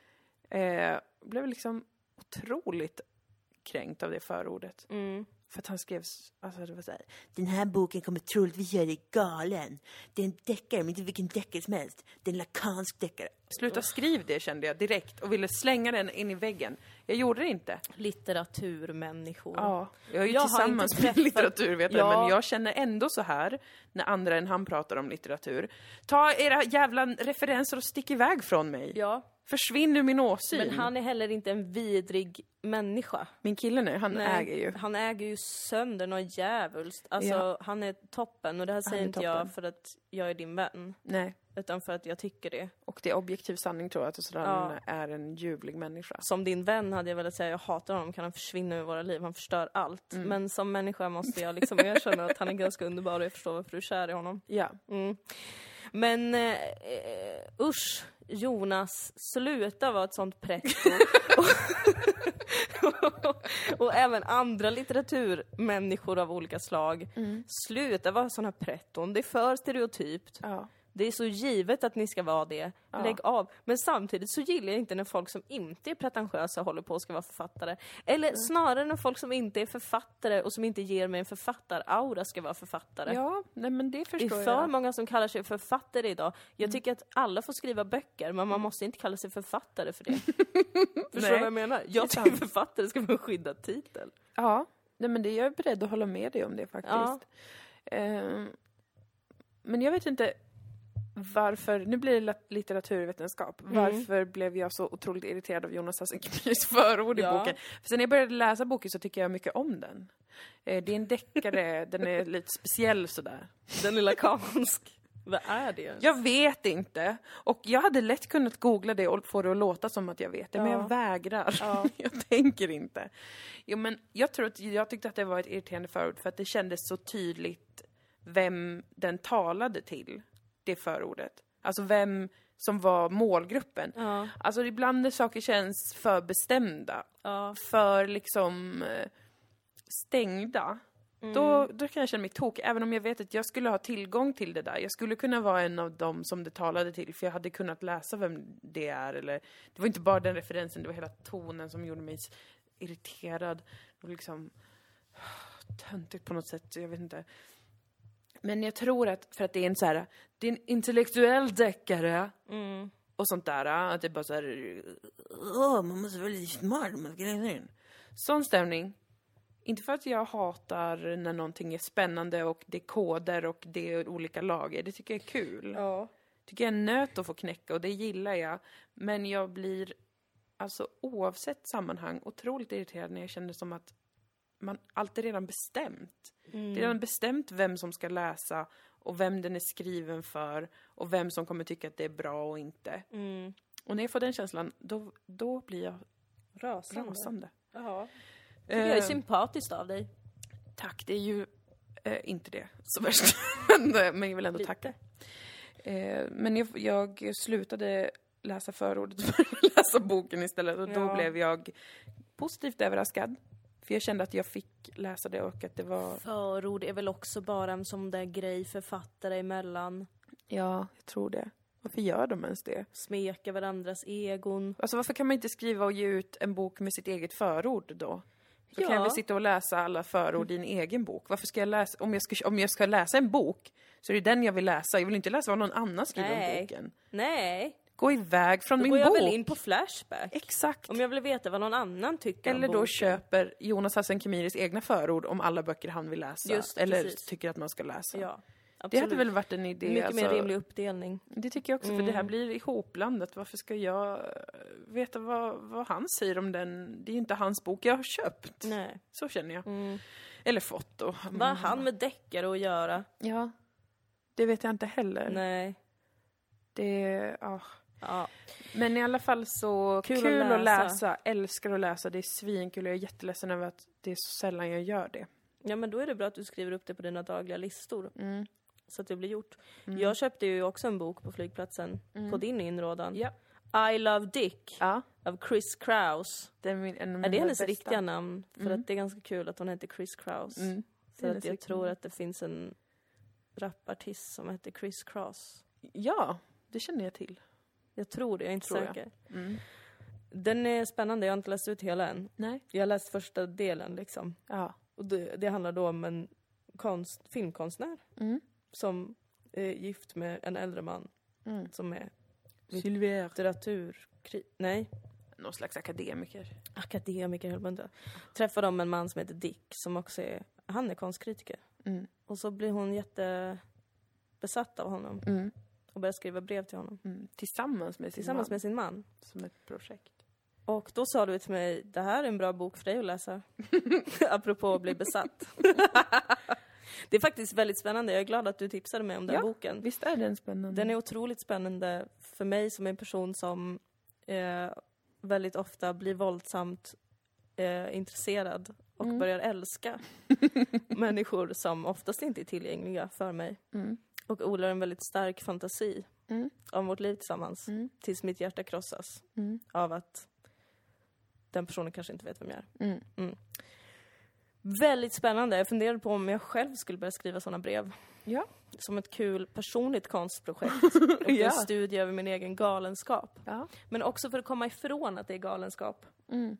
Eh, blev liksom otroligt kränkt av det förordet. Mm. För att han skrev, alltså det var så här, Den här boken kommer troligtvis göra dig galen. Det är en deckare, men inte vilken deckare som helst. Det är en lakansk deckare. sluta skriv det kände jag direkt och ville slänga den in i väggen. Jag gjorde det inte. Litteraturmänniskor. Ja, jag är ju Jag har tillsammans inte med träffat- litteraturvetare, Ja. men jag känner ändå så här när andra än han pratar om litteratur. Ta era jävla referenser och stick iväg från mig. Ja, Försvinn ur min åsyn. men han är heller inte en vidrig människa. Min kille nu, han Nej, äger ju. Han äger ju sönder något djävulskt. Alltså, Ja. han är toppen. Och det här säger är inte jag toppen. för att jag är din vän. Nej, Utan för att jag tycker det. och det är objektiv sanning tror jag att så Ja. han är en ljuvlig människa. Som din vän hade jag velat säga, jag hatar honom, kan han försvinna ur våra liv, han förstör allt. Mm. Men som människa måste jag liksom erkänna att han är ganska underbar och jag förstår varför du är kär i honom. Ja, Mm. Men eh, eh, usch, Jonas, sluta vara ett sånt pretto. och, och även andra litteraturmänniskor av olika slag. Mm. Sluta vara såna pretton, det är för stereotypt. ja. Det är så givet att ni ska vara det. Ja. Lägg av. Men samtidigt så gillar jag inte när folk som inte är pretentiösa håller på och ska vara författare. Eller snarare när folk som inte är författare och som inte ger mig en författaraura ska vara författare. Ja, nej men det Det förstår är för jag. många som kallar sig författare idag. Jag tycker att alla får skriva böcker, men man måste inte kalla sig författare för det. Förstår du Nej, vad jag menar? det är Jag tycker sant. författare ska vara en skyddad titel. Ja, Nej, men det, jag är beredd att hålla med dig om det faktiskt. Ja. Eh, men jag vet inte varför, nu blir det litteraturvetenskap. Mm. Varför blev jag så otroligt irriterad av Jonas Hassan Khemiris förord i Ja. boken? För sen när jag började läsa boken så tycker jag mycket om den. Eh, det är en deckare, den är lite speciell sådär. Den är lakansk. Vad är det? Jag vet inte. Och jag hade lätt kunnat googla det och få det att låta som att jag vet det. Men Ja. jag vägrar. Ja. Jag tänker inte. Jo, men jag tror att jag tyckte att det var ett irriterande förord. För att det kändes så tydligt vem den talade till. Det förordet. Alltså vem som var målgruppen. Ja. Alltså ibland när saker känns för bestämda. Ja. För liksom eh, stängda. Mm. Då, då kan jag känna mig tok, även om jag vet att jag skulle ha tillgång till det där. Jag skulle kunna vara en av dem som det talade till, för jag hade kunnat läsa vem det är. Eller, det var inte bara den referensen, det var hela tonen som gjorde mig irriterad. Och liksom töntigt på något sätt, jag vet inte. Men jag tror att, för att det är en så här, det är en intellektuell deckare Mm. och sånt där, att det är bara så här, Åh, man måste vara lite smart om man ska läsa den. sån stämning. Inte för att jag hatar när någonting är spännande och det är koder och det är olika lager. Det tycker jag är kul. Ja. Tycker jag är en nöt att få knäcka och det gillar jag. Men jag blir, alltså oavsett sammanhang, otroligt irriterad när jag känner som att man alltid redan bestämt. Mm. Det är redan bestämt vem som ska läsa och vem den är skriven för och vem som kommer tycka att det är bra och inte. Mm. Och när jag får den känslan, då, då blir jag Rasande. rasande. Jaha. Tycker jag är Eh, sympatiskt av dig. Tack, det är ju eh, inte det så värst. men, eh, men jag vill ändå Lite. tacka. Eh, men jag, jag slutade läsa förordet för att läsa boken istället. Och då Ja. blev jag positivt överraskad. För jag kände att jag fick läsa det och att det var... Förord är väl också bara en sån där grej författare emellan. Ja, jag tror det. Varför gör de ens det? Smeka varandras egon. Alltså varför kan man inte skriva och ge ut en bok med sitt eget förord då? Då kan Ja. jag väl sitta och läsa alla förord i en egen bok. Varför ska jag läsa, om jag ska, om jag ska läsa en bok så är det den jag vill läsa. Jag vill inte läsa vad någon annan skriver om Nej. boken. Nej, Gå iväg från då min går jag bok. väl in på Flashback. Exakt. Om jag vill veta vad någon annan tycker Eller om då boken. köper Jonas Hassan Khemiris egna förord om alla böcker han vill läsa. Just det, eller precis. tycker att man ska läsa. Ja, absolut. Det hade väl varit en idé. Mycket alltså, mer rimlig uppdelning. Det tycker jag också, för det här blir ihopblandat. Varför ska jag eh, veta vad, vad han säger om den? Det är ju inte hans bok jag har köpt. Nej. Så känner jag. Mm. Eller fått då. Vad har han med deckare att göra? Ja, det vet jag inte heller. Nej. Det, ja. Ja. Men i alla fall så Kul kul, att att, läsa. läsa. Älskar att läsa. Det är svinkul och jag är jätteledsen över att det är så sällan jag gör det. ja, men då är det bra att du skriver upp det på dina dagliga listor. Mm. Så att det blir gjort. Jag köpte ju också en bok på flygplatsen. På din inrådan. Ja. I Love Dick. Ja, Av Chris Kraus. det är min, en av Är mina det hennes bästa. riktiga namn? För att det är ganska kul att hon heter Chris Kraus. Mm. För hennes att jag riktiga tror namn. att det finns en rapartist som heter Chris Kraus. Ja, det känner jag till. Jag tror det, jag är inte Tror jag. säker. Mm. Den är spännande, jag har inte läst ut hela än. Nej. Jag har läst första delen liksom. Ja. Och det, det handlar då om en konst, filmkonstnär Mm. som är gift med en äldre man Mm. som är Sylvier. litteratur... Nej, Någon slags akademiker. akademiker höll man inte. Träffar de en man som heter Dick som också är... Han är konstkritiker. Mm. Och så blir hon jättebesatt av honom Mm. och börjar skriva brev till honom. Mm. Tillsammans med sin Tillsammans man. med sin man. Som ett projekt. Och då sa du till mig, det här är en bra bok för dig att läsa. Apropå att bli besatt. Det är faktiskt väldigt spännande. Jag är glad att du tipsade mig om den Ja, boken. Visst är den spännande? Den är otroligt spännande för mig som en person som eh, väldigt ofta blir våldsamt eh, intresserad och Mm. börjar älska människor som oftast inte är tillgängliga för mig. Mm. Och odlar en väldigt stark fantasi Mm. om vårt liv tillsammans. Mm. Tills mitt hjärta krossas Mm. av att den personen kanske inte vet vem jag är. Mm. Väldigt spännande. Jag funderade på om jag själv skulle börja skriva sådana brev. Ja. Som ett kul personligt konstprojekt. Och Ja. en studie över min egen galenskap. Ja. Men också för att komma ifrån att det är galenskap. Mm.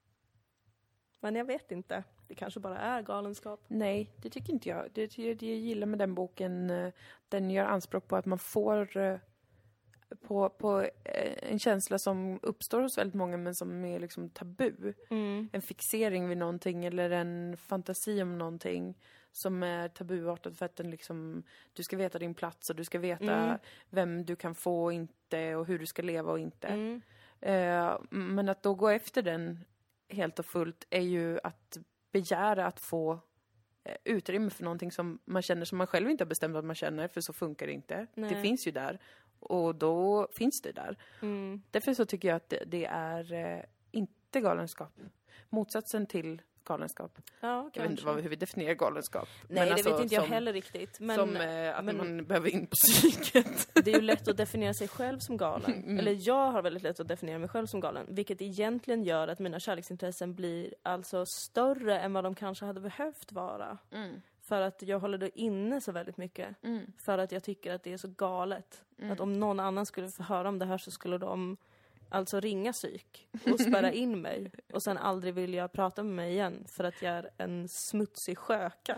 Men jag vet inte. Det kanske bara är galenskap. Nej, det tycker inte jag. Det, det, det jag gillar med den boken, eh, den gör anspråk på att man får eh, på, på eh, en känsla som uppstår hos väldigt många men som är liksom tabu. Mm. En fixering vid någonting eller en fantasi om någonting som är tabuartat för att den liksom, du ska veta din plats och du ska veta Mm. vem du kan få och inte och hur du ska leva och inte. Mm. Eh, men att då gå efter den helt och fullt är ju att begära att få eh, utrymme för någonting som man känner som man själv inte har bestämt att man känner, för så funkar det inte. Nej. Det finns ju där och då finns det där. Mm. Därför så tycker jag att det, det är eh, inte galenskap. Motsatsen till galenskap. Ja, Jag vet kanske. inte vad, hur vi definierar galenskap. Nej, Men det alltså vet inte jag som, heller riktigt. Men som eh, att men- man behöver in på psyket. det är ju lätt att definiera sig själv som galen. Mm. Eller jag har väldigt lätt att definiera mig själv som galen. Vilket egentligen gör att mina kärleksintressen blir alltså större än vad de kanske hade behövt vara. Mm. För att jag håller det inne så väldigt mycket. Mm. För att jag tycker att det är så galet. Att om någon annan skulle få höra om det här så skulle de alltså ringa psyk och spärra in mig. Och sen aldrig vilja prata med mig igen för att jag är en smutsig sköka.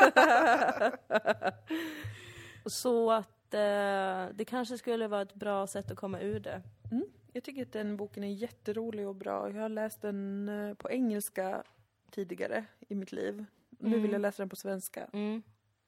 Så att eh, det kanske skulle vara ett bra sätt att komma ur det. Jag tycker att den boken är jätterolig och bra. Jag har läst den eh, på engelska tidigare i mitt liv. Nu Mm. vill jag läsa den på svenska. Mm.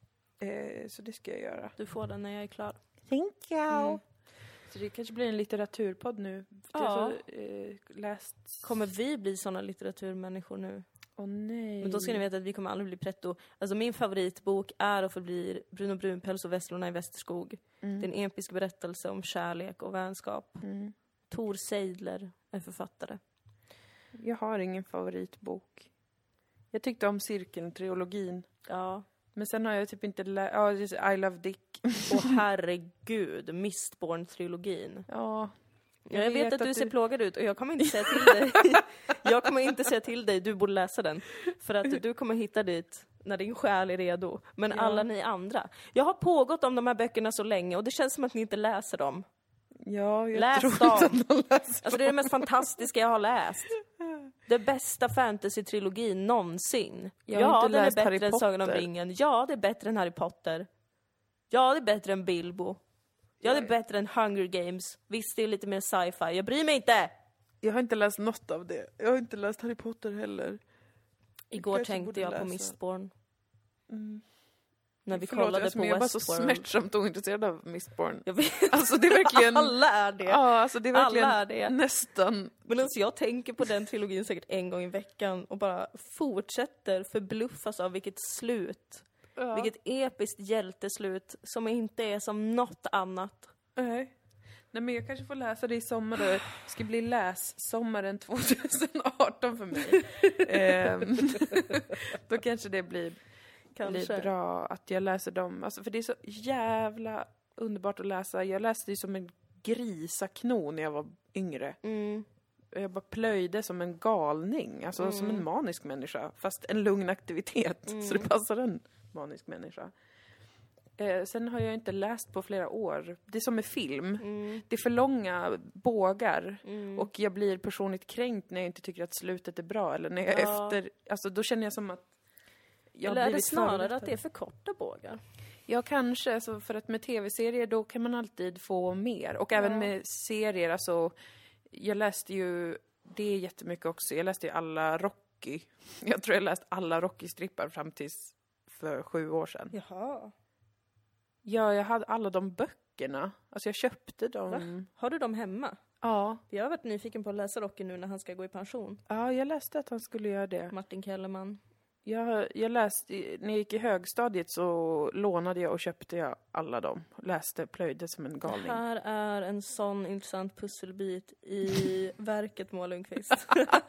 Eh, så det ska jag göra. Du får den när jag är klar. Thank you. Mm. Så det kanske blir en litteraturpodd nu. För Ja. Jag har så, eh, läst... Kommer vi bli såna litteraturmänniskor nu? Åh nej. Men då ska ni veta att vi kommer aldrig bli pretto. Alltså min favoritbok är och förblir Bruno Brunpäls och Vesslorna i Västerskog. Mm. Det är en episk berättelse om kärlek och vänskap. Mm. Tor Seidler är författare. Jag har ingen favoritbok. Jag tyckte om Cirkeln-trilogin. Ja. Men sen har jag typ inte läst... Ja, det är I Love Dick. Och herregud, Mistborn-trilogin. Ja. Jag, vet, att, du du- ser plågad ut och jag kommer inte säga till dig. Jag kommer inte säga till dig, du borde läsa den. För att du kommer hitta dit när din själ är redo. Men Ja. alla ni andra. Jag har pågått om de här böckerna så länge och det känns som att ni inte läser dem. Ja, jag Läs tror dem. inte att någon läser. Alltså det är det mest fantastiska jag har läst. Det bästa fantasy-trilogin någonsin. Jag har Ja, inte den är läst bättre Harry än Sagan om Potter. ringen. Ja, det är bättre än Harry Potter. Ja, det är bättre än Bilbo. Ja, det är Jag- bättre än Hunger Games. Visst, det är lite mer sci-fi. Jag bryr mig inte! Jag har inte läst något av det. Jag har inte läst Harry Potter heller. Igår kanske tänkte borde jag på läsa. Mistborn. Mm. När vi Förlåt, kollade alltså, på men jag var så Westworld. smärtsamt ointresserad av Mistborn. Jag vet. Alltså det är verkligen... Alla är det. Ja, alltså det är verkligen Alla är det. nästan... Men alltså jag tänker på den trilogin säkert en gång i veckan och bara fortsätter förbluffas av vilket slut. Ja. Vilket episkt hjälteslut som inte är som något annat. Nej. Nej, men jag kanske får läsa det i sommar då. Det ska bli lässommaren tjugoarton för mig. Ehm, då kanske det blir, blir Kanske. bra att jag läser dem. Alltså, för det är så jävla underbart att läsa. Jag läste ju som en grisaknon när jag var yngre. Mm. Jag bara plöjde som en galning. Alltså som en manisk människa. Fast en lugn aktivitet. Så det passar en manisk människa. Eh, sen har jag inte läst på flera år. Det är som med film. Mm. Det är för långa bågar. Mm. Och jag blir personligt kränkt när jag inte tycker att slutet är bra. Eller när jag Ja. efter... Alltså då känner jag som att... Jag Eller har är det blivit snarare förorättad. att det är för korta bågar? Ja, kanske. Alltså, för att med tv-serier då kan man alltid få mer. Och även Ja. med serier, alltså... Jag läste ju det jättemycket också. Jag läste ju alla Rocky. Jag tror jag läst alla Rocky-strippar fram tills för sju år sedan. Jaha. Ja, jag hade alla de böckerna. Alltså jag köpte dem. Va? Har du dem hemma? Ja. Jag har varit nyfiken på att läsa Rocky nu när han ska gå i pension. Ja, jag läste att han skulle göra det. Martin Kellerman. Jag, jag läste, när jag gick i högstadiet så lånade jag och köpte jag alla dem. Läste, plöjde som en Det galning. här är en sån intressant pusselbit i verket Moa Lundqvist.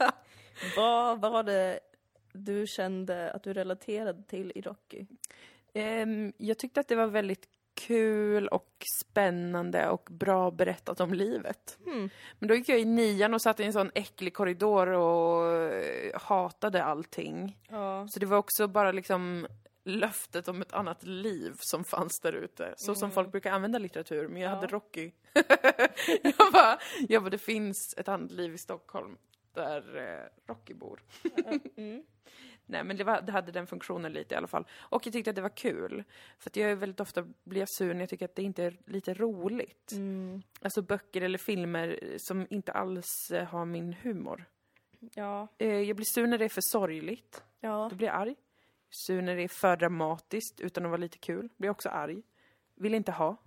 Vad var det du kände att du relaterade till i Rocky? Ehm, jag tyckte att det var väldigt kul och spännande och bra berättat om livet. Hmm. Men då gick jag i nian och satt i en sån äcklig korridor och eh, hatade allting. Ja. Så det var också bara liksom löftet om ett annat liv som fanns där ute. Så som folk brukar använda litteratur. Men jag Ja. hade Rocky. jag, bara, jag bara, det finns ett annat liv i Stockholm. där eh, Rocky bor. Mm. Nej, men det, var, det hade den funktionen lite i alla fall. Och jag tyckte att det var kul. För att jag är väldigt ofta blir jag sur när jag tycker att det inte är lite roligt. Mm. Alltså böcker eller filmer som inte alls eh, har min humor. Ja. Eh, jag blir sur när det är för sorgligt. Ja. Då blir jag arg. Sur när det är för dramatiskt utan att vara lite kul. Blir jag också arg. Vill inte ha.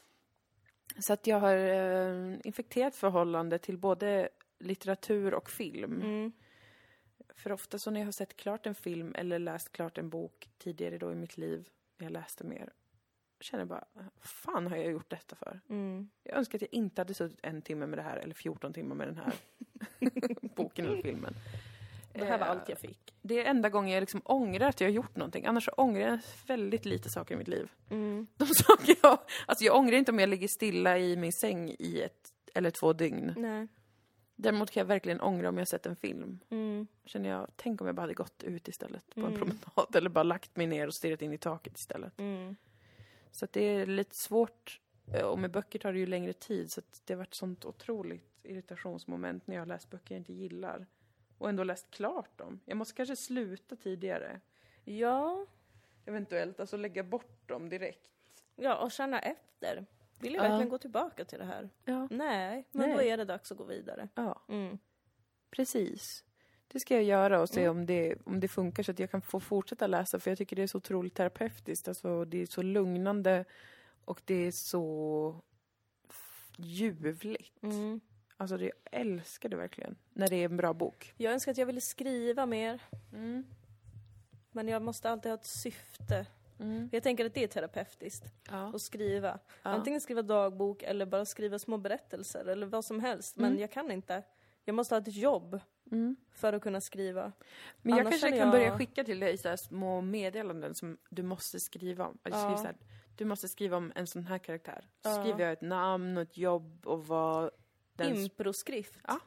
Så att jag har eh, infekterat förhållande till både litteratur och film. Mm. För ofta så när jag har sett klart en film eller läst klart en bok tidigare då i mitt liv, när jag läste mer, känner jag bara, vad fan har jag gjort detta för? Mm. Jag önskar att jag inte hade suttit en timme med det här eller fjorton timmar med den här boken eller filmen. Det här var Eh, allt jag fick. Det är enda gången jag liksom ångrar att jag har gjort någonting. Annars så ångrar jag väldigt lite saker i mitt liv. Mm. De saker jag, alltså jag ångrar inte om jag ligger stilla i min säng i ett eller två dygn. Nej. Däremot kan jag verkligen ångra om jag sett en film. Mm. Känner jag, tänk om jag bara hade gått ut istället på en Mm. promenad. Eller bara lagt mig ner och stirrat in i taket istället. Mm. Så att det är lite svårt. Och med böcker tar det ju längre tid. Så att det har varit sånt otroligt irritationsmoment när jag har läst böcker jag inte gillar. Och ändå läst klart dem. Jag måste kanske sluta tidigare. Ja. Eventuellt, alltså lägga bort dem direkt. Ja, och känna efter. Vill jag Ja. verkligen gå tillbaka till det här? Ja. Nej, men Nej. då är det dags att gå vidare. Ja, Mm. precis. Det ska jag göra och se Mm. om, det, om det funkar så att jag kan få fortsätta läsa. För jag tycker det är så otroligt terapeutiskt. Alltså, det är så lugnande och det är så f- ljuvligt. Mm. Alltså det, jag älskar det verkligen. När det är en bra bok. Jag önskar att jag ville skriva mer. Mm. Men jag måste alltid ha ett syfte. Mm. Jag tänker att det är terapeutiskt. Ja. Att skriva. Ja. Antingen skriva dagbok eller bara skriva små berättelser. Eller vad som helst. Men Mm. jag kan inte. Jag måste ha ett jobb Mm. för att kunna skriva. Men jag Annars kanske känner kan jag- börja skicka till dig så här små meddelanden som du måste skriva om. Alltså, Ja. skriv så här, du måste skriva om en sån här karaktär. Så Ja. skriver jag ett namn och ett jobb och vad den... Improskrift. Ja.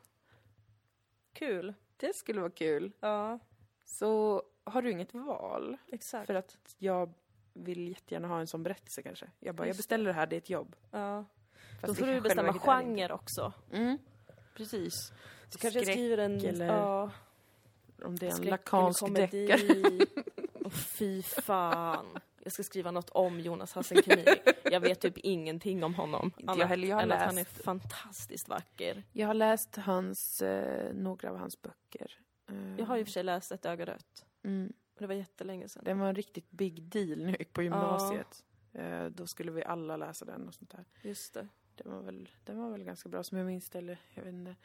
Kul. Det skulle vara kul. Ja, Så har du inget val? exakt. För att jag vill jättegärna ha en sån berättelse kanske. Jag bara, jag Just beställer det här, det är ett jobb. Ja. Fast Då det får du kan bestämma själva hitta genre också. det. Mm. Precis. Så kanske jag Skräck skriver en... eller Ja, om det är en skräck lakansk eller komedi. deckare. Åh, fy fan. Jag ska skriva något om Jonas Hasselkniv. Jag vet typ ingenting om honom. Inte jag heller. Jag har än att han är läst- fantastiskt vacker. Jag har läst hans, eh, några av hans böcker. Eh, Jag har ju för sig läst Ett öga rött. mm. Det var jättelänge sedan. Den var en riktigt big deal när jag gick på gymnasiet. Eh, då skulle vi alla läsa den och sånt där. Just det. Den var väl, den var väl ganska bra som jag minns det, eller jag vet inte.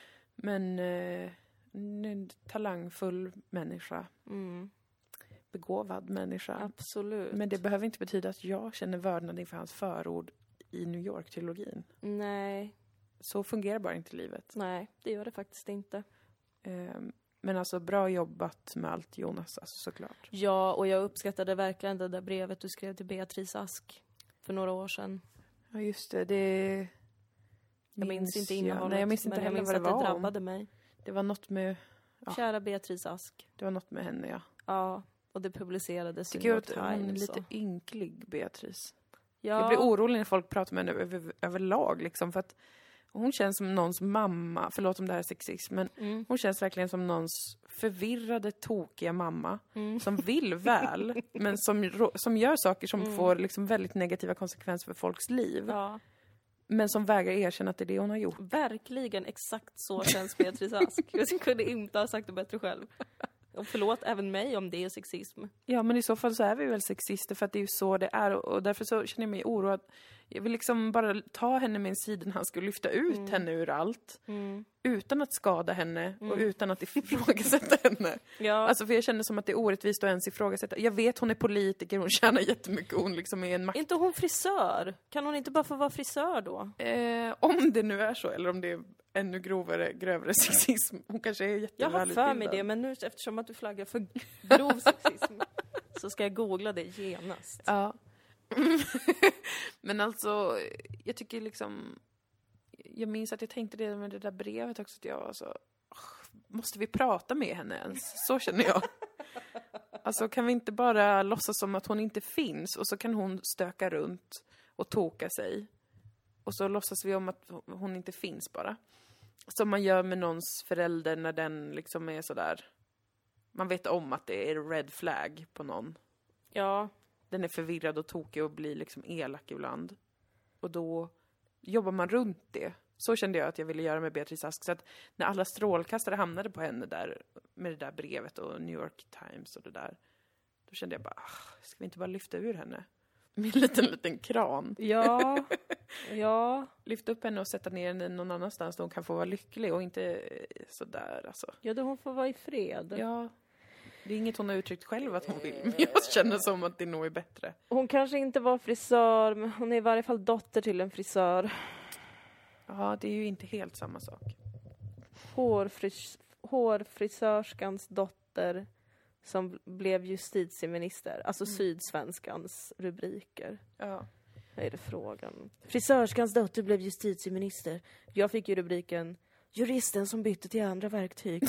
Men eh, en talangfull människa. Mm. Begåvad människa. Absolut. Men det behöver inte betyda att jag känner vördnad inför hans förord i New York-trilogin. Nej, Så fungerar bara inte livet. nej, det gör det faktiskt inte. Eh, men alltså bra jobbat med allt, Jonas, alltså, såklart. Ja, och jag uppskattade verkligen det där brevet du skrev till Beatrice Ask för några år sedan. Ja, just det. det Jag minns inte innehållet, Nej, jag minns inte men jag heller minns vad det att det var om. drabbade mig. Det var något med, Ja. Kära Beatrice Ask. det var något med henne, ja. Ja, och det publicerades i Tycker New jag York att hon är Times. lite och- ynklig, Beatrice. Ja, Jag blir orolig när folk pratar med henne över, överlag, liksom, för att hon känns som någons mamma. Förlåt om det här är sexism, men Mm. hon känns verkligen som någons förvirrade, tokiga mamma. Mm. Som vill väl, men som, rå- som gör saker som Mm. får liksom väldigt negativa konsekvenser för folks liv. Ja, Men som vägrar erkänna att det är det hon har gjort. verkligen exakt så känns Beatrice Ask. Jag kunde inte ha sagt det bättre själv. Och förlåt även mig om det är sexism. Ja, men i så fall så är vi väl sexister, för att det är ju så det är. Och, och därför så känner jag mig oroad. Jag vill liksom bara ta henne med en sidenhandske och lyfta ut Mm. henne ur allt. Mm. Utan att skada henne och Mm. utan att ifrågasätta henne. Ja, Alltså, för jag känner som att det är orättvist att ens ifrågasätta. Jag vet, hon är politiker, hon tjänar jättemycket, hon liksom är en makt. är inte hon frisör? Kan hon inte bara få vara frisör då? Eh, om det nu är så, eller om det är ännu grovare, grövre sexism. Hon kanske är Jag jättevälutbildad. har för mig det, men nu eftersom att du flaggar för grov sexism så ska jag googla det genast. Ja. Men alltså, jag tycker liksom... Jag minns att jag tänkte det med det där brevet också. Att jag var så... Måste vi prata med henne ens? Så känner jag. Alltså, kan vi inte bara låtsas som att hon inte finns? Och så kan hon stöka runt och toka sig. Och så låtsas vi om att hon inte finns bara. som man gör med någons förälder när den liksom är sådär. Man vet om att det är red flag på någon. Ja. Den är förvirrad och tokig och blir liksom elak ibland. Och då jobbar man runt det. Så kände jag att jag ville göra med Beatrice Ask. Så att när alla strålkastare hamnade på henne där med det där brevet och New York Times och det där. Då kände jag bara, ah, ska vi inte bara lyfta ur henne? Med en liten, liten kran. Ja. Ja. Lyfta upp henne och sätta ner henne någon annanstans där hon kan få vara lycklig och inte sådär alltså. Ja, då hon får vara i fred. Ja. Det är inget hon har uttryckt själv att hon vill. Men jag känner som att det nog är bättre. Hon kanske inte var frisör, men hon är i varje fall dotter till en frisör. Ja, det är ju inte helt samma sak. Hårfris- hårfrisörskans dotter som blev justitieminister. Alltså mm. Sydsvenskans rubriker. Ja. Vad är det frågan? Frisörskans dotter blev justitieminister. Jag fick ju rubriken juristen som bytte till andra verktyg.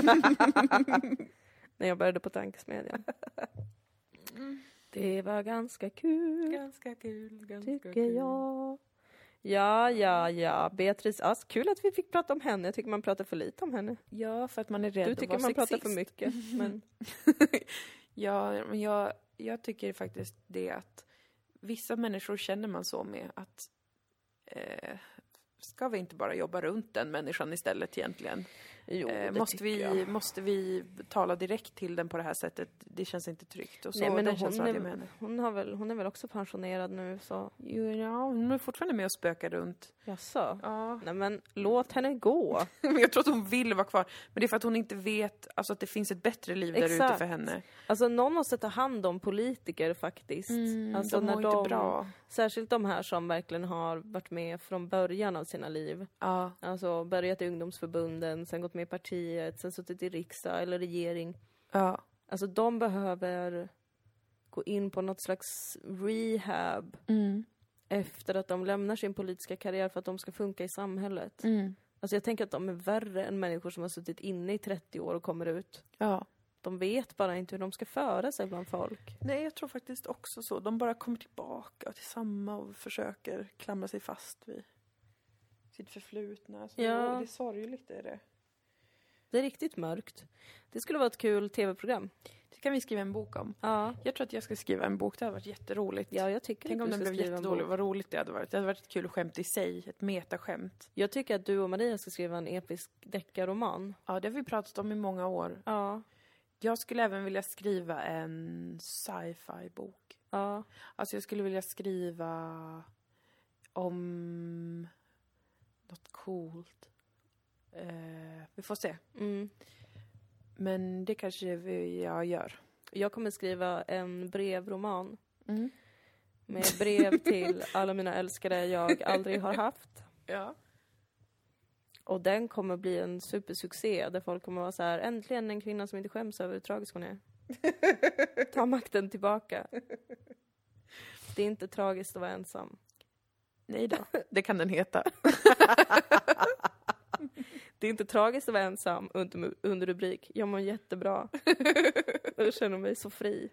När jag började på tankesmedjan. Mm. Det var ganska kul. Ganska kul, ganska tycker kul. jag. Ja, ja, ja. Beatrice Ask. Kul att vi fick prata om henne. Jag tycker man pratar för lite om henne. Ja, för att man är rädd Du att tycker vara man sexist. pratar för mycket. Men... ja, men jag, jag tycker faktiskt det att vissa människor känner man så med att eh, ska vi inte bara jobba runt den människan istället egentligen? Jo, eh, måste, vi, måste vi tala direkt till den på det här sättet? Det känns inte tryggt. Och så, Nej, men den hon, känns är, med henne. hon, har väl, hon är väl också pensionerad nu, så... Jo, ja, hon är fortfarande med och spökar runt. Jaså? Ja. Nej, men låt henne gå. Men jag tror att hon vill vara kvar. Men det är för att hon inte vet alltså, att det finns ett bättre liv där ute för henne. Alltså någon måste ta hand om politiker faktiskt. Mm, alltså, de när mår de, inte bra. Särskilt de här som verkligen har varit med från början av sina liv. Ja. Alltså börjat i ungdomsförbunden, sen gått med i partiet, sen suttit i riksdag eller regering. Ja. Alltså de behöver gå in på något slags rehab Mm. efter att de lämnar sin politiska karriär för att de ska funka i samhället. Mm. Alltså jag tänker att de är värre än människor som har suttit inne i trettio år och kommer ut. Ja. De vet bara inte hur de ska föra sig bland folk. Nej, jag tror faktiskt också så. De bara kommer tillbaka till samma och försöker klamra sig fast vid sitt förflutna. Alltså, Ja. Det är sorgligt, är det. Det är riktigt mörkt. Det skulle vara ett kul tv-program. Det kan vi skriva en bok om. Ja, Jag tror att jag ska skriva en bok. Det hade varit jätteroligt. ja jag tycker Tänk att om du den ska blev skriva en jättedålig. bok. Vad roligt det hade varit. Det hade varit ett kul skämt i sig. Ett metaskämt. Jag tycker att du och Maria ska skriva en episk deckarroman. Ja, det har vi pratat om i många år. Ja, Jag skulle även vilja skriva en sci-fi bok. ja. Alltså jag skulle vilja skriva om något coolt. Eh, vi får se. Mm. Men det kanske vi, jag gör. Jag kommer skriva en brevroman. Mm. Med brev till alla mina älskare jag aldrig har haft. Ja. Och den kommer bli en supersuccé där folk kommer vara så här: äntligen en kvinna som inte skäms över hur tragisk hon är. Ta makten tillbaka. Det är inte tragiskt att vara ensam. Nej då, det kan den heta. Det är inte tragiskt att vara ensam under, under rubrik jag mår jättebra. Och jag känner mig så fri.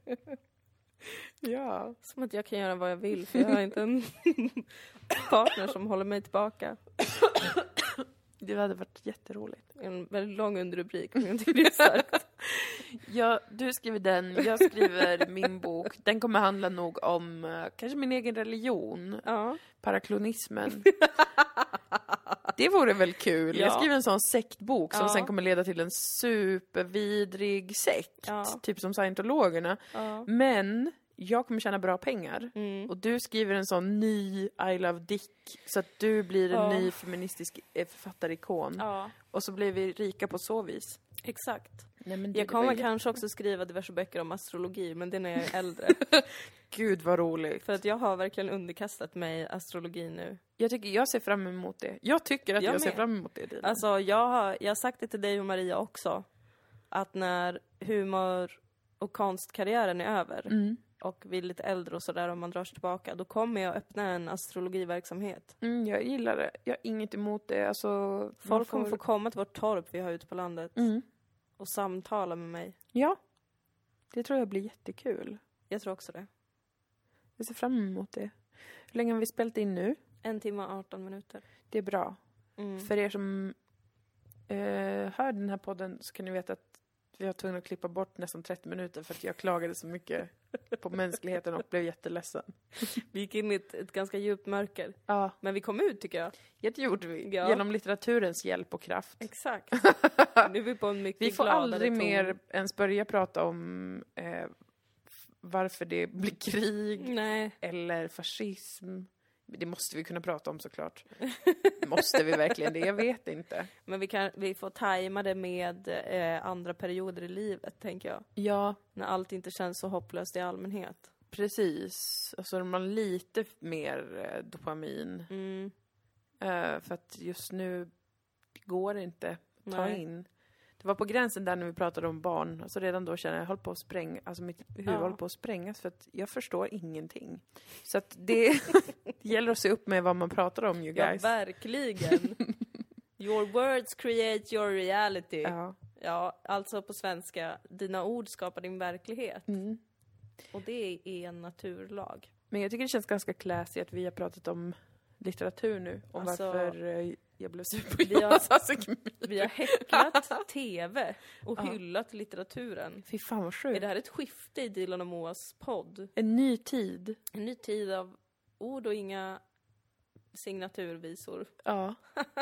Ja. Som att jag kan göra vad jag vill, för jag har inte en partner som håller mig tillbaka. Det hade varit jätteroligt. En väldigt lång underrubrik, men jag tycker det är starkt. Ja, du skriver den, jag skriver min bok. Den kommer handla nog om uh, kanske min egen religion. Ja. Paraklonismen. Det vore väl kul. Ja. Jag skriver en sån sektbok som Ja. sen kommer leda till en supervidrig sekt. Ja. Typ som scientologerna. Ja. Men jag kommer tjäna bra pengar. Mm. Och du skriver en sån ny I Love Dick. Så att du blir en Ja. ny feministisk eh, författarikon. Ja, Och så blir vi rika på så vis. exakt. Nej, men det, Jag det var kommer ju- kanske också skriva diverse böcker om astrologi, men det är när jag är äldre. Gud vad roligt. För att jag har verkligen underkastat mig astrologi nu. Jag tycker jag ser fram emot det. Jag tycker att Jag jag, ser med. fram emot det. Dina. Alltså, jag har, jag har sagt det till dig och Maria också. Att när humor och konstkarriären är över Mm. och vi är lite äldre och sådär, om man drar sig tillbaka, då kommer jag öppna en astrologiverksamhet. Mm, jag gillar det. Jag har inget emot det. Alltså, man Folk får- kommer få komma till vårt torp vi har ute på landet Mm. och samtala med mig. Ja. Det tror jag blir jättekul. Jag tror också det. Jag ser fram emot det. Hur länge har vi spelat in nu? En timme och arton minuter. Det är bra. Mm. För er som eh, hör den här podden så kan ni veta att vi var tvungna att klippa bort nästan trettio minuter för att jag klagade så mycket på mänskligheten och blev jätteledsen. Vi gick in i ett, ett ganska djupt mörker. Ja, Men vi kom ut tycker jag. det gjorde vi. Ja. Genom litteraturens hjälp och kraft. Exakt. Nu är vi på en mycket Vi får gladare aldrig ton. mer ens börja prata om eh, varför det blir krig Nej. eller fascism. Det måste vi kunna prata om såklart. Måste vi verkligen det? Jag vet inte. Men vi, kan, vi får tajma det med eh, andra perioder i livet, tänker jag. Ja, När allt inte känns så hopplöst i allmänhet. precis. Alltså de har lite mer eh, dopamin. Mm. Eh, för att just nu går det inte att ta Nej. in. Det var på gränsen där när vi pratade om barn. Alltså redan då känner jag, jag håller på att spränga, alltså mitt huvud Ja. håller på att sprängas för att jag förstår ingenting. Så att det, det gäller att se upp med vad man pratar om, you Ja, guys. verkligen. Your words create your reality. Ja. Ja. alltså på svenska, dina ord skapar din verklighet. Mm. Och det är en naturlag. Men jag tycker det känns ganska classy att vi har pratat om litteratur nu. Om Alltså, varför eh, jag blev sur på vi har- Jonas Hasselgren. Vi har häcklat tv och Ja. hyllat litteraturen. Fy fan vad Är sjukt. det här ett skifte i Dilan och Moas podd? En ny tid. En ny tid av ord och inga signaturvisor. Ja.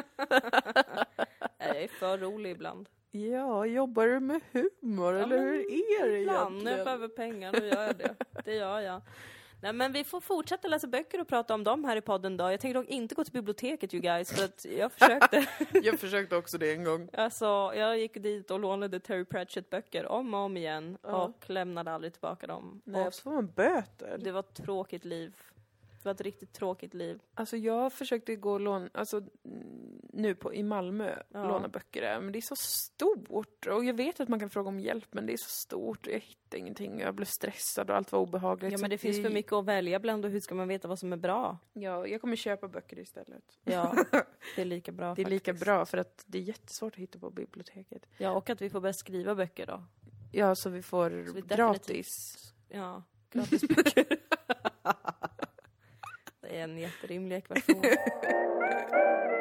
Jag är för rolig ibland. Ja, jobbar du med humor eller men hur är det Ibland när jag egentligen? behöver pengar, då gör jag det. Det gör jag. Nej, men vi får fortsätta läsa böcker och prata om dem här i podden då. Jag tänker dock inte gå till biblioteket, you guys, för att jag försökte. Jag försökte också det en gång. Alltså, jag gick dit och lånade Terry Pratchett-böcker om och om igen Ja. och lämnade aldrig tillbaka dem. Nej, Och så får man böter. det var ett tråkigt liv. Det var ett riktigt tråkigt liv. Alltså jag försökte gå och låna, alltså mm, nu på, i Malmö, Ja. låna böcker där. Men det är så stort. Och jag vet att man kan fråga om hjälp, men det är så stort. Jag hittade ingenting. Jag blev stressad och allt var obehagligt. Ja, Så men det finns för mycket att välja bland och hur ska man veta vad som är bra? Ja, jag kommer köpa böcker istället. Ja, det är lika bra Det är lika faktiskt. bra för att det är jättesvårt att hitta på biblioteket. Ja, och att vi får börja skriva böcker då. Ja, så vi får Så vi gratis. definitivt- Ja, gratis böcker. Det är en jätterimlig ekvation.